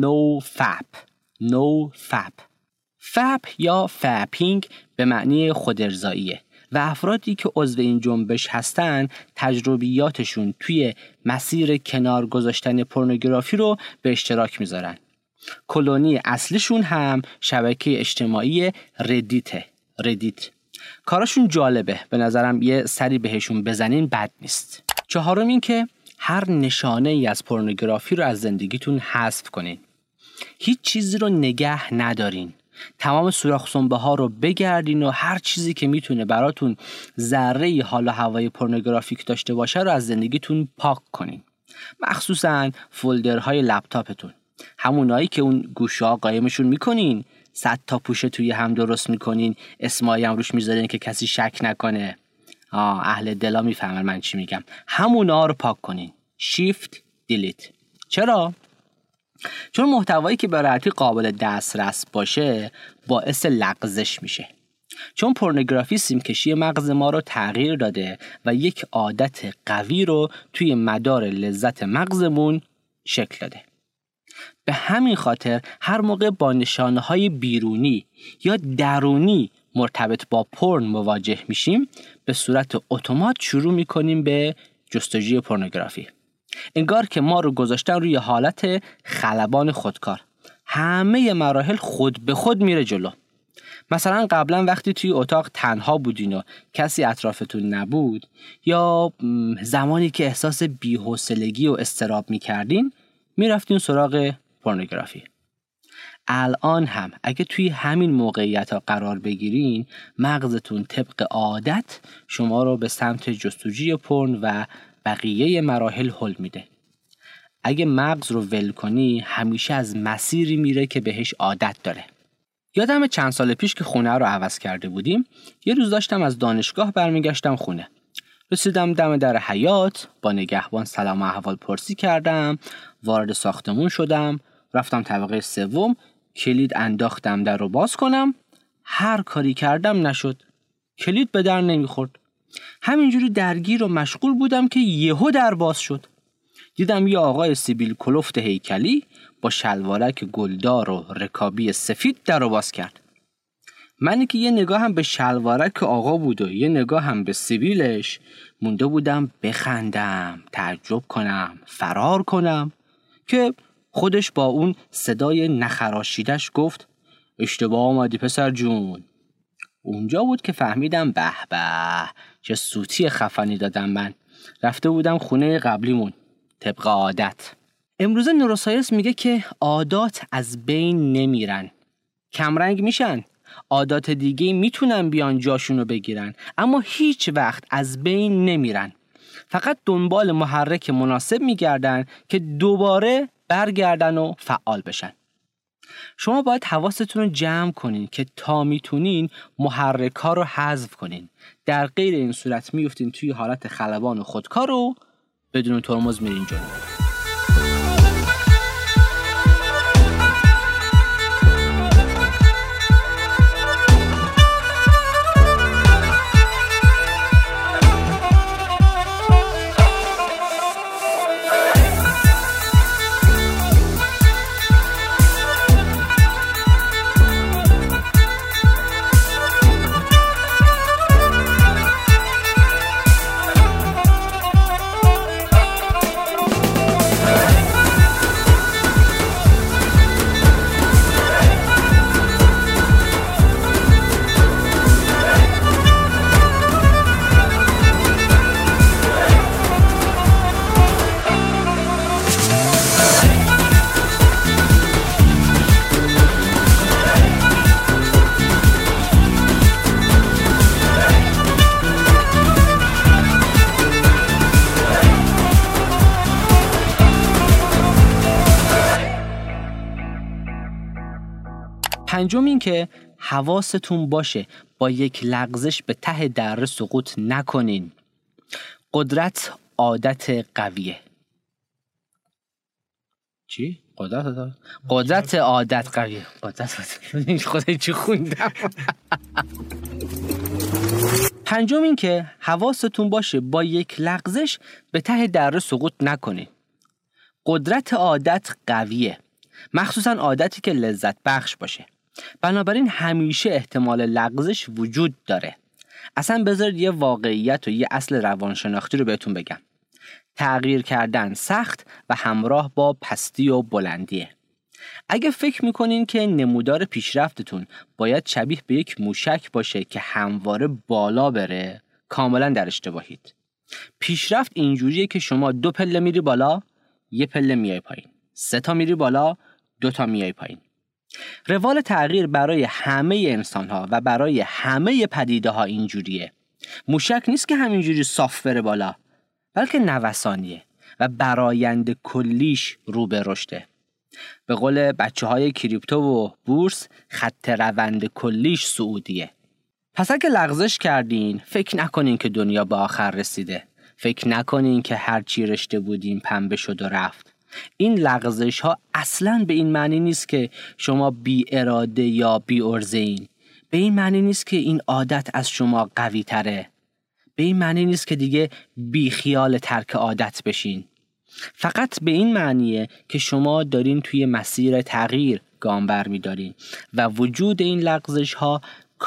Speaker 1: No Fap. فپ یا فاپینگ به معنی خودارضاییه و افرادی که عضو این جنبش هستن تجربیاتشون توی مسیر کنار گذاشتن پورنوگرافی رو به اشتراک میذارن. کلونی اصلیشون هم شبکه اجتماعی ردیت. کاراشون جالبه، به نظرم یه سری بهشون بزنین بد نیست. چهارم این که هر نشانه ای از پورنوگرافی رو از زندگیتون حذف کنین. هیچ چیزی رو نگه ندارین. تمام سوراخ سنبه ها رو بگردین و هر چیزی که میتونه براتون ذره حال و هوای پورنوگرافیک داشته باشه رو از زندگیتون پاک کنین. مخصوصاً فولدرهای لپتاپتون. همونایی که اون گوشه‌ها قایمشون میکنین، 100 تا پوشه توی هم درست میکنین، اسمایی هم روش میذارین که کسی شک نکنه. اهل دلا میفهمن من چی میگم. همونا رو پاک کنین. Shift Delete. چرا؟ چون محتوایی که به راحتی قابل دسترس باشه باعث لغزش میشه. چون پورنوگرافی سیمکشی مغز ما رو تغییر داده و یک عادت قوی رو توی مدار لذت مغزمون شکل داده. به همین خاطر هر موقع با نشانه‌های بیرونی یا درونی مرتبط با پورن مواجه میشیم به صورت اتومات شروع میکنیم به جستجوی پورنوگرافی. انگار که ما رو گذاشتن روی حالت خلبان خودکار. همه مراحل خود به خود میره جلو. مثلا قبلا وقتی توی اتاق تنها بودین و کسی اطرافتون نبود یا زمانی که احساس بی‌حوصلگی و اضطراب میکردین میرفتین سراغ پورنوگرافی. الان هم اگه توی همین موقعیت ها قرار بگیرین مغزتون طبق عادت شما رو به سمت جستجوی پورن و بقیه مراحل هل میده. اگه مغز رو ول کنی همیشه از مسیری میره که بهش عادت داره. یادم چند سال پیش که خونه رو عوض کرده بودیم، یه روز داشتم از دانشگاه برمیگشتم خونه. رسیدم دم در حیاط، با نگهبان سلام و احوال پرسی کردم، وارد ساختمون شدم، رفتم طبقه سوم، کلید انداختم در رو باز کنم، هر کاری کردم نشد. کلید به در نمیخورد. همینجوری درگیر و مشغول بودم که یهو در باز شد. دیدم یه آقای سیبیل کلفت هیکلی با شلوارک گلدار و رکابی سفید در رو باز کرد. منی که یه نگاه هم به شلوارک آقا بود و یه نگاه هم به سیبیلش، مونده بودم بخندم، تعجب کنم، فرار کنم که خودش با اون صدای نخراشیدش گفت اشتباه آمدی پسر جون. اونجا بود که فهمیدم به به چه سوتی خفنی دادم من. رفته بودم خونه قبلیمون طبق عادت. امروزه نوروساینس میگه که عادات از بین نمیرن، کمرنگ میشن عادات دیگه میتونن بیان جاشونو بگیرن، اما هیچ وقت از بین نمیرن. فقط دنبال محرک مناسب میگردن که دوباره برگردن و فعال بشن. شما باید حواستون رو جمع کنین که تا میتونین محرک ها رو حذف کنین. در غیر این صورت میفتین توی حالت خلبان و خودکار و بدون ترمز میرین جلو. پنجم این که حواستون باشه با یک لغزش به ته دره سقوط نکنین. قدرت عادت قویه. چی؟ قدرت عادت قویه. خدای چی خوندم. پنجم این که حواستون باشه با یک لغزش به ته دره سقوط نکنین. قدرت عادت قویه، مخصوصا عادتی که لذت بخش باشه. بنابراین همیشه احتمال لغزش وجود داره. اصلا بذارید یه واقعیت و یه اصل روانشناختی رو بهتون بگم. تغییر کردن سخت و همراه با پستی و بلندیه. اگه فکر میکنین که نمودار پیشرفتتون باید شبیه به یک موشک باشه که همواره بالا بره، کاملا در اشتباهید. پیشرفت اینجوریه که شما 2 پله میری بالا، 1 پله میای پایین. 3 تا میری بالا، 2 تا میای پایین. روال تغییر برای همه انسان‌ها و برای همه پدیده‌ها اینجوریه. موشک نیست که همینجوری صاف بره بالا، بلکه نوسانیه و برآیند کلیش رو به رشده. به قول بچه‌های کریپتو و بورس، خط روند کلیش صعودیه. پس اگه لغزش کردین، فکر نکنین که دنیا به آخر رسیده. فکر نکنین که هر چی رشته بودین پنبه شد و رفت. این لغزش ها اصلاً به این معنی نیست که شما بی اراده یا بی ارزه این. به این معنی نیست که این عادت از شما قوی تره. به این معنی نیست که دیگه بی خیال ترک عادت بشین. فقط به این معنیه که شما دارین توی مسیر تغییر گام برمی دارین و وجود این لغزش ها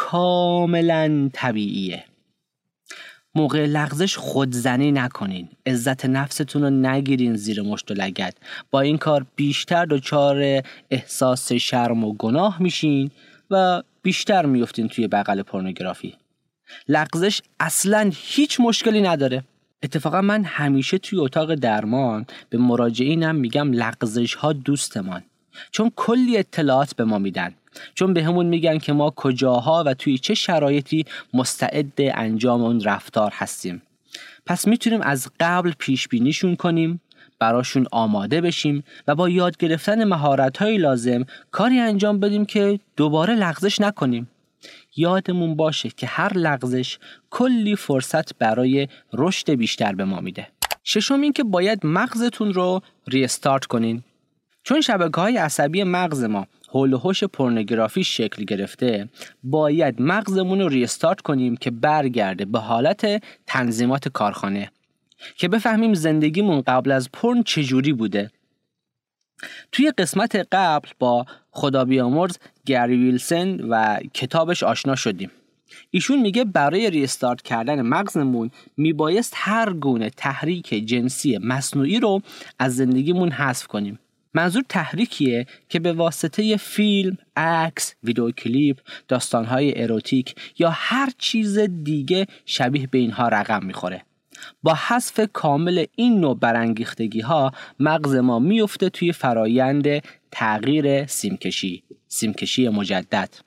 Speaker 1: کاملاً طبیعیه. موقع لغزش خودزنی نکنین. عزت نفستون رو نگیرین زیر مشت و لگد. با این کار بیشتر دچار احساس شرم و گناه میشین و بیشتر میفتین توی بغل پورنوگرافی. لغزش اصلاً هیچ مشکلی نداره. اتفاقا من همیشه توی اتاق درمان به مراجعینم میگم لغزش ها دوستمان، چون کلی اطلاعات به ما میدن. چون به همون میگن که ما کجاها و توی چه شرایطی مستعد انجام اون رفتار هستیم. پس میتونیم از قبل پیش بینیشون کنیم، براشون آماده بشیم و با یاد گرفتن مهارت‌های لازم کاری انجام بدیم که دوباره لغزش نکنیم. یادمون باشه که هر لغزش کلی فرصت برای رشد بیشتر به ما میده. ششم این که باید مغزتون رو ریستارت کنین. چون شبکه‌های عصبی مغز ما حول و حوش پورنوگرافی شکل گرفته، باید مغزمون رو ریستارت کنیم که برگرده به حالت تنظیمات کارخانه، که بفهمیم زندگیمون قبل از پورن چجوری بوده. توی قسمت قبل با خدا بیامرز گری ویلسن و کتابش آشنا شدیم. ایشون میگه برای ریستارت کردن مغزمون میبایست هر گونه تحریک جنسی مصنوعی رو از زندگیمون حذف کنیم. منظور تحریکیه که به واسطه فیلم، عکس، ویدیو کلیپ، داستانهای اروتیک یا هر چیز دیگه شبیه به اینها رقم میخوره. با حذف کامل این نوع برانگیختگی ها مغز ما میفته توی فرایند تغییر سیمکشی مجدد.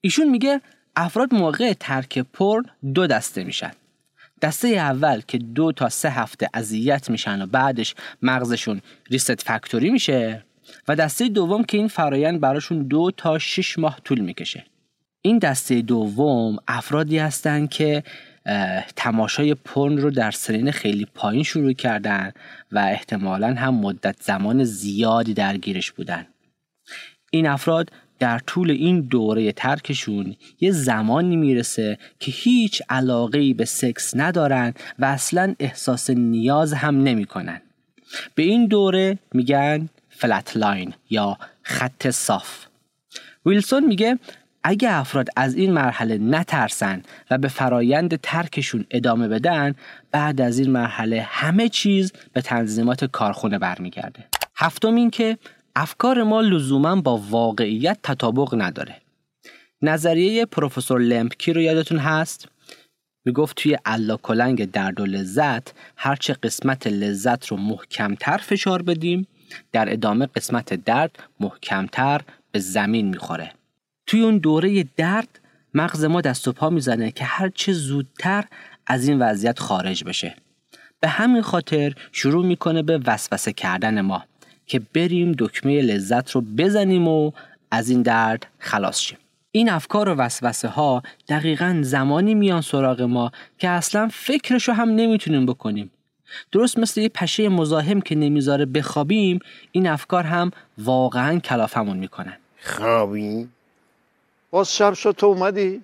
Speaker 1: ایشون میگه افراد موقع ترک پورن 2 دسته میشن. دسته اول که 2 تا 3 هفته اذیت میشن و بعدش مغزشون ریست فکتوری میشه و دسته دوم که این فرایند براشون 2 تا 6 ماه طول میکشه. این دسته دوم افرادی هستن که تماشای پورن رو در سنین خیلی پایین شروع کردن و احتمالاً هم مدت زمان زیادی درگیرش بودن. این افراد در طول این دوره ترکشون یه زمانی میرسه که هیچ علاقه‌ای به سکس ندارن و اصلاً احساس نیاز هم نمی کنن. به این دوره میگن فلت لاین یا خط صاف. ویلسون میگه اگه افراد از این مرحله نترسن و به فرایند ترکشون ادامه بدن، بعد از این مرحله همه چیز به تنظیمات کارخونه برمیگرده. هفتم این که افکار ما لزوما با واقعیت تطابق نداره. نظریه پروفسور لمپکی رو یادتون هست؟ میگفت توی علا کلنگ درد و لذت هرچه قسمت لذت رو محکمتر فشار بدیم، در ادامه قسمت درد محکمتر به زمین میخوره. توی اون دوره درد مغز ما دست و پا میزنه که هرچه زودتر از این وضعیت خارج بشه. به همین خاطر شروع میکنه به وسوسه کردن ما که بریم دکمه لذت رو بزنیم و از این درد خلاص شیم. این افکار و وسوسه ها دقیقاً زمانی میان سراغ ما که اصلاً فکرشو هم نمیتونیم بکنیم. درست مثل یه پشه مزاحم که نمیذاره بخوابیم، این افکار هم واقعاً کلافمون میکنن.
Speaker 3: خوابی؟
Speaker 4: باز شب شد تو اومدی؟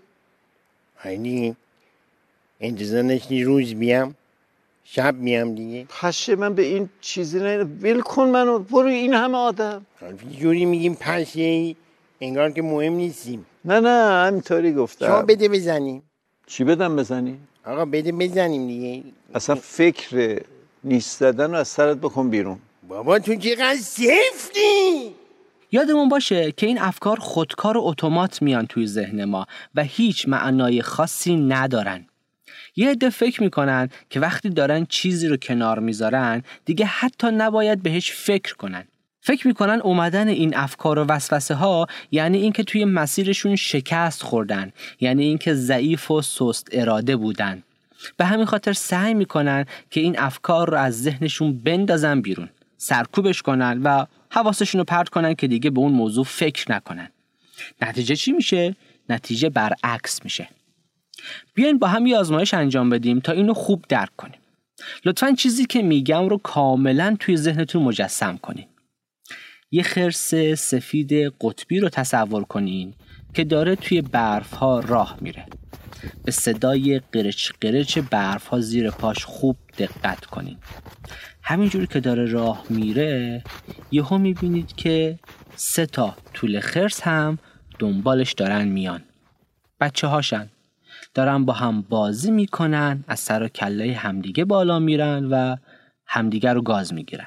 Speaker 3: هنی انتظار نشنی روز بیام؟ شب میام دیگه.
Speaker 4: پشه من به این چیزی نه، ول کن منو، برو. این همه آدم
Speaker 3: جوری میگیم پشه ای انگار که مهم نیستیم.
Speaker 4: نه همینطوری گفتم.
Speaker 3: شما بده بزنیم.
Speaker 4: چی بدم بزنی؟
Speaker 3: آقا بده بزنیم دیگه.
Speaker 4: اصلا فکر نیست زدن رو از سرت بکن بیرون.
Speaker 3: بابا تو چقدر سفتی.
Speaker 1: یادمون باشه که این افکار خودکار و اتومات میان توی ذهن ما و هیچ معنای خاصی ندارن. یه عده فکر میکنن که وقتی دارن چیزی رو کنار میذارن دیگه حتی نباید بهش فکر کنن. فکر میکنن اومدن این افکار و وسوسه ها یعنی این که توی مسیرشون شکست خوردن، یعنی این که ضعیف و سست اراده بودن. به همین خاطر سعی میکنن که این افکار رو از ذهنشون بندازن بیرون، سرکوبش کنن و حواسشون رو پرت کنن که دیگه به اون موضوع فکر نکنن. نتیجه چی میشه؟ نتیجه برعکس میشه. بیاین با هم یه آزمایش انجام بدیم تا اینو خوب درک کنیم. لطفاً چیزی که میگم رو کاملاً توی ذهنتون مجسم کنین. یه خرس سفید قطبی رو تصور کنین که داره توی برف‌ها راه میره. به صدای قرچ قرچ برف‌ها زیر پاش خوب دقت کنین. همینجوری که داره راه میره یهو میبینید که 3 توله خرس هم دنبالش دارن میان. بچه هاشن دارن با هم بازی میکنن، از سر و کله همدیگه بالا میرن و همدیگه رو گاز میگیرن.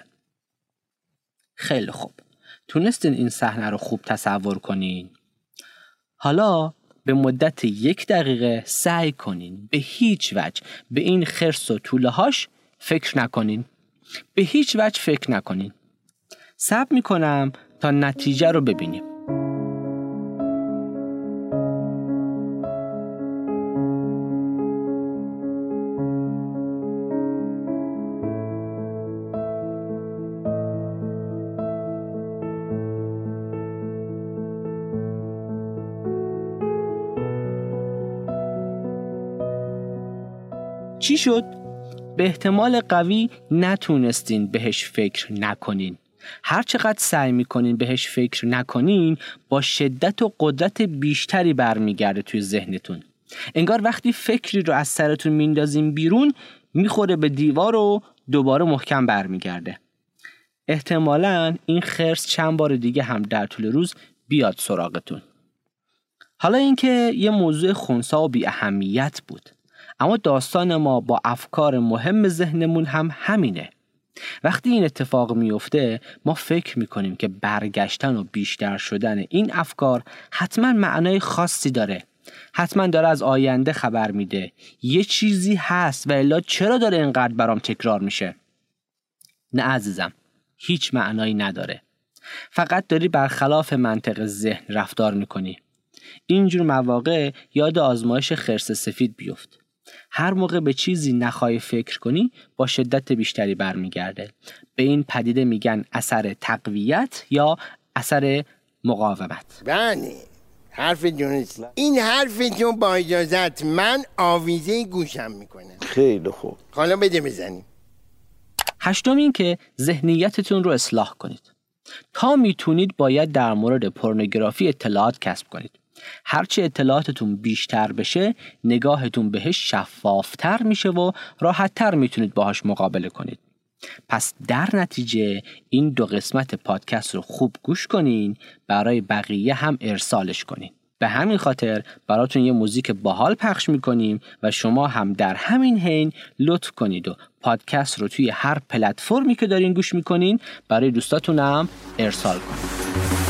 Speaker 1: خیلی خوب، تونستین این صحنه رو خوب تصور کنین؟ حالا به مدت 1 دقیقه سعی کنین به هیچ وجه به این خرس و توله هاش فکر نکنین. به هیچ وجه فکر نکنین. صبر میکنم تا نتیجه رو ببینیم. چی شد؟ به احتمال قوی نتونستین بهش فکر نکنین. هر چقدر سعی میکنین بهش فکر نکنین با شدت و قدرت بیشتری برمیگرده توی ذهنتون. انگار وقتی فکری رو از سرتون میندازین بیرون میخوره به دیوار و دوباره محکم برمیگرده. احتمالاً این خرس چند بار دیگه هم در طول روز بیاد سراغتون. حالا اینکه یه موضوع خنثی و بی اهمیت بود، اما داستان ما با افکار مهم ذهنمون هم همینه. وقتی این اتفاق میفته ما فکر میکنیم که برگشتن و بیشتر شدن این افکار حتما معنای خاصی داره. حتما داره از آینده خبر میده. یه چیزی هست و الا چرا داره اینقدر برام تکرار میشه؟ نه عزیزم، هیچ معنایی نداره. فقط داری برخلاف منطق ذهن رفتار میکنی. اینجور مواقع یاد آزمایش خرس سفید بیفت. هر موقع به چیزی نخواهی فکر کنی با شدت بیشتری برمیگرده. به این پدیده میگن اثر تقویت یا اثر مقاومت.
Speaker 3: بله، حرف جونست. این حرف جون با اجازت من آویزه گوشم میکنم.
Speaker 4: خیلی خوب.
Speaker 3: حالا بده بزنیم.
Speaker 1: 8 این که ذهنیتتون رو اصلاح کنید. تا میتونید باید در مورد پورنوگرافی اطلاعات کسب کنید. هرچی اطلاعاتتون بیشتر بشه نگاهتون بهش شفافتر میشه و راحتتر میتونید باهاش مقابله کنید. پس در نتیجه این 2 قسمت پادکست رو خوب گوش کنین، برای بقیه هم ارسالش کنین. به همین خاطر براتون یه موزیک باحال پخش میکنیم و شما هم در همین حین لطف کنید و پادکست رو توی هر پلتفرمی که دارین گوش میکنین برای دوستاتون هم ارسال کنید.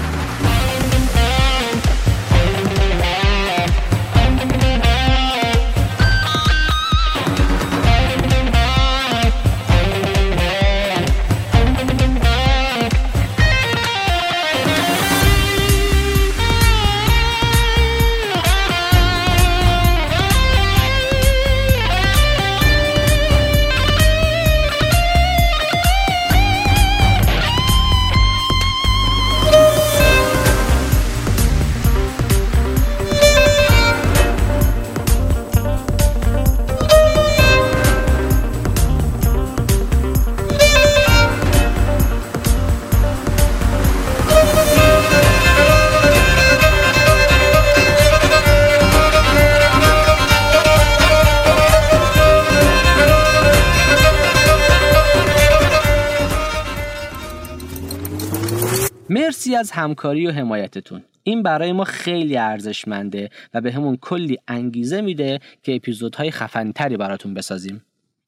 Speaker 1: مرسی از همکاری و حمایتتون. این برای ما خیلی ارزشمنده و به همون کلی انگیزه میده که اپیزودهای خفن‌تری براتون بسازیم.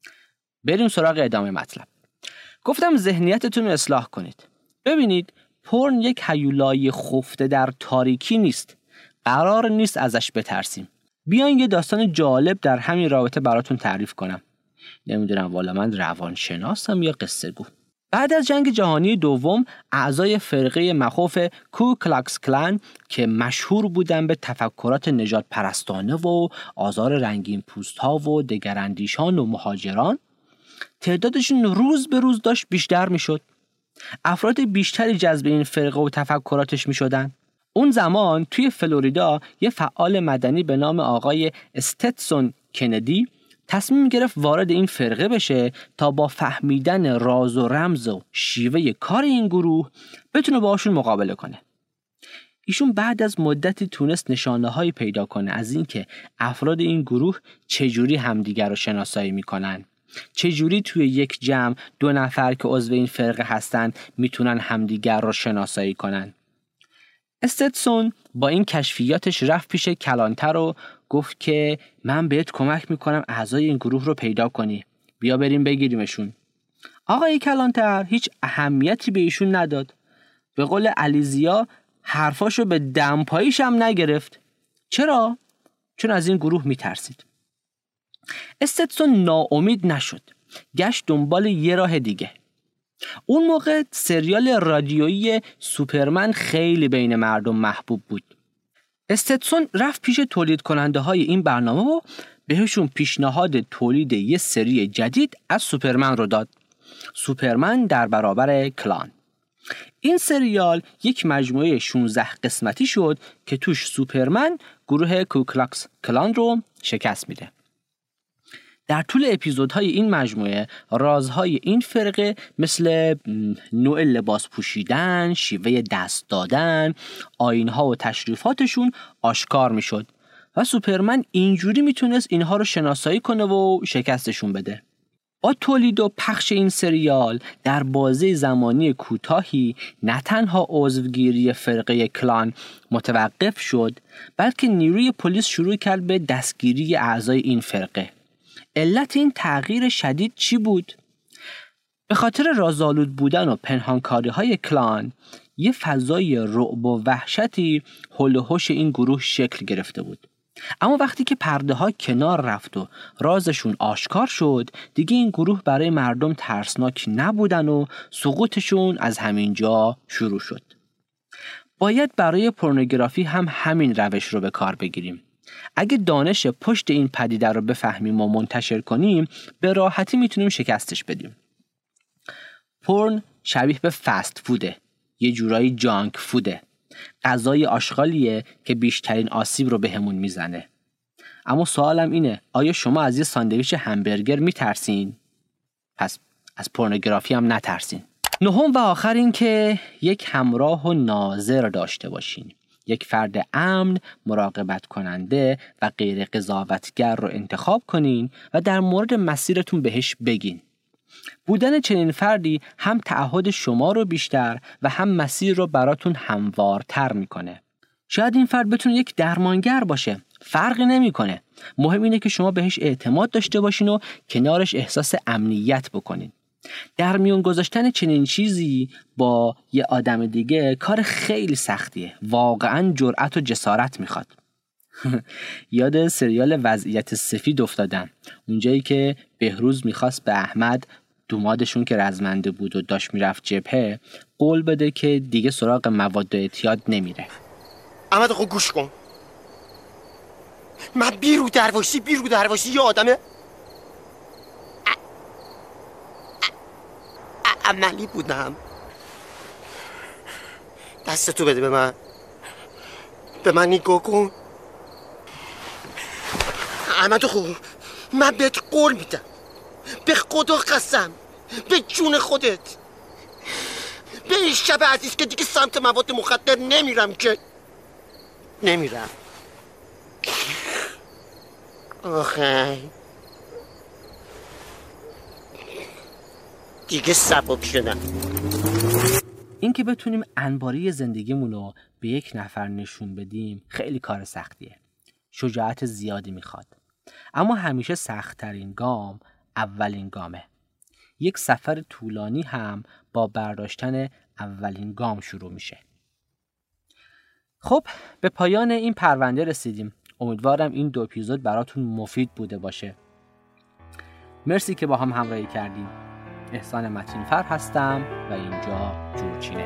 Speaker 1: بریم سراغ ادامه مطلب. گفتم ذهنیتتون رو اصلاح کنید. ببینید، پورن یک هیولای خفته در تاریکی نیست. قرار نیست ازش بترسیم. بیاین یه داستان جالب در همین رابطه براتون تعریف کنم. نمیدونم والا من روانشناسم یا قصه گو. بعد از جنگ جهانی دوم اعضای فرقه مخوف کو کلاکس کلان که مشهور بودن به تفکرات نژاد پرستانه و آزار رنگین پوست ها و دگراندیشان و مهاجران، تعدادشون روز به روز داشت بیشتر می شد. افراد بیشتری جذب این فرقه و تفکراتش می شدن. اون زمان توی فلوریدا یه فعال مدنی به نام آقای استتسون کندی تصمیم گرفت وارد این فرقه بشه تا با فهمیدن راز و رمز و شیوه کار این گروه بتونه باهاشون مقابله کنه. ایشون بعد از مدتی تونست نشانه‌هایی پیدا کنه از اینکه افراد این گروه چجوری همدیگر رو شناسایی میکنن، چجوری توی یک جمع 2 نفر که عضو این فرقه هستن میتونن همدیگر رو شناسایی کنن. استتسون با این کشفیاتش رفت پیش کلانتر و گفت که من بهت کمک میکنم اعضای این گروه رو پیدا کنی، بیا بریم بگیریمشون. آقای کلانتر هیچ اهمیتی به ایشون نداد. به قول علیزیا حرفاشو به دمپاییش هم نگرفت. چرا؟ چون از این گروه میترسید. استتسون ناامید نشد، گشت دنبال یه راه دیگه. اون موقع سریال رادیویی سوپرمن خیلی بین مردم محبوب بود. استتسون رفت پیش تولید کننده های این برنامه و بهشون پیشنهاد تولید یه سری جدید از سوپرمن رو داد. سوپرمن در برابر کلان. این سریال یک مجموعه 16 قسمتی شد که توش سوپرمن گروه کوکلاکس کلان رو شکست میده. در طول اپیزودهای این مجموعه رازهای این فرقه مثل نوع لباس پوشیدن، شیوه دست دادن، آیین‌ها و تشریفاتشون آشکار میشد و سوپرمن اینجوری میتونست اینها رو شناسایی کنه و شکستشون بده. با تولید و پخش این سریال در بازه زمانی کوتاهی نه تنها عضوگیری فرقه کلان متوقف شد، بلکه نیروی پلیس شروع کرد به دستگیری اعضای این فرقه. علت این تغییر شدید چی بود؟ به خاطر رازآلود بودن و پنهانکاری های کلان، یه فضای رعب و وحشتی حول و حوش این گروه شکل گرفته بود. اما وقتی که پرده ها کنار رفت و رازشون آشکار شد، دیگه این گروه برای مردم ترسناک نبودن و سقوطشون از همین جا شروع شد. باید برای پورنوگرافی هم همین روش رو به کار بگیریم. اگه دانش پشت این پدیده رو بفهمیم و منتشر کنیم، به راحتی میتونیم شکستش بدیم. پورن شبیه به فست فوده، یه جورایی جانک فوده. غذای آشغالیه که بیشترین آسیب رو بهمون میزنه. اما سوالم اینه، آیا شما از یه ساندویچ همبرگر میترسین؟ پس از پورنوگرافی هم نترسین. نهم و آخر این که یک همراه و ناظر داشته باشین. یک فرد امن، مراقبت کننده و غیر قضاوتگر رو انتخاب کنین و در مورد مسیرتون بهش بگین. بودن چنین فردی هم تعهد شما رو بیشتر و هم مسیر رو براتون هموارتر میکنه. شاید این فرد بتونه یک درمانگر باشه، فرقی نمیکنه. مهم اینه که شما بهش اعتماد داشته باشین و کنارش احساس امنیت بکنین. در میون گذاشتن چنین چیزی با یه آدم دیگه کار خیلی سختیه. واقعا جرأت و جسارت میخواد. یاد سریال وضعیت سفید افتادم، اونجایی که بهروز میخواست به احمد، دومادشون که رزمنده بود و داشت میرفت جبهه، قول بده که دیگه سراغ مواد اعتیاد نمیره.
Speaker 3: احمد خب گوش کن، من بیرو درواشی یه آدمه عملی بودم. دستتو بده به من نگاه کن. احمد خوب، من بهت قول میدم، به خدا قسم، به جون خودت، به این شب عزیز که دیگه سمت مواد مخدر نمیرم که نمیرم. آخه دیگه سبک شدم.
Speaker 1: این که بتونیم انباری زندگیمون رو به یک نفر نشون بدیم خیلی کار سختیه. شجاعت زیادی میخواد. اما همیشه سخت‌ترین گام اولین گامه. یک سفر طولانی هم با برداشتن اولین گام شروع میشه. خب به پایان این پرونده رسیدیم. امیدوارم این 2 اپیزود براتون مفید بوده باشه. مرسی که با هم همراهی کردیم. احسان متینفر هستم و اینجا جورچینه.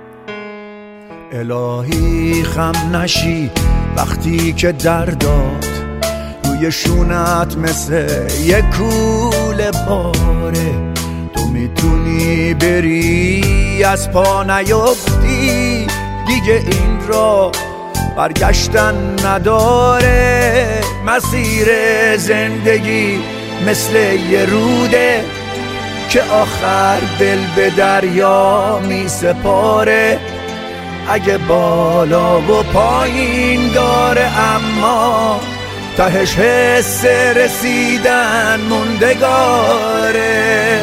Speaker 5: الهی خم نشی وقتی که درداد روی شونت مثل یک کوله باره. تو میتونی بری از پا نیفتی، دیگه این را برگشتن نداره. مسیر زندگی مثل یه روده که آخر دل به دریا می سپاره. اگه بالا و پایین داره اما تهش حس رسیدن موندگاره.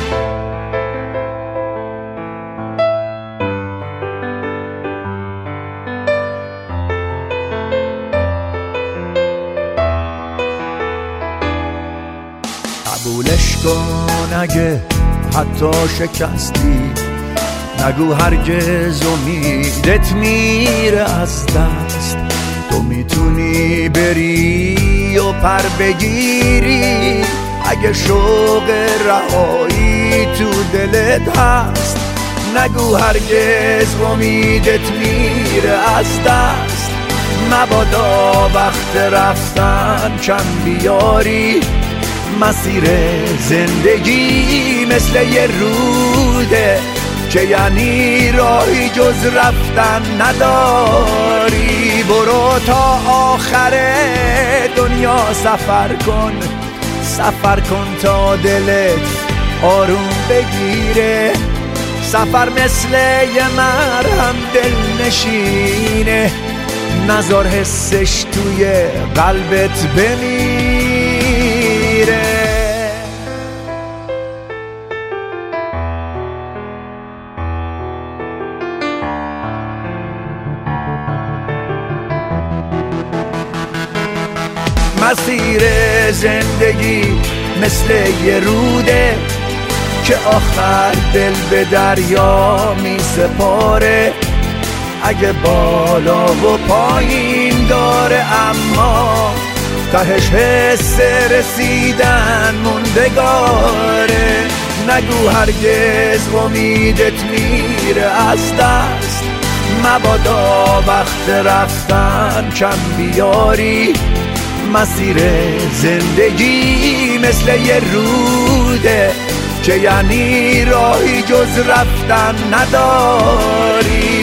Speaker 5: قبولش کن اگه حتی شکستی، نگو هرگز امیدت میره از دست. تو میتونی بری و پر بگیری اگه شوق رهایی تو دلت هست. نگو هرگز امیدت میره از دست. مبادا وقت رفتن کم بیاری. مسیر زندگی مثل یه روده که یعنی راهی جز رفتن نداری. برو تا آخر دنیا سفر کن تا دلت آروم بگیره. سفر مثل یه مرهم دل نشینه، نذار حسش توی قلبت بمیره. مسیر زندگی مثل یه روده که آخر دل به دریا می سپاره. اگه بالا و پایین داره اما تهش حس رسیدن موندگاره. نگو هرگز امیدت میره از دست. مبادا وقت رفتن کم بیاری. مسیر زندگی مثل یه روده که یعنی راهی جز رفتن نداری.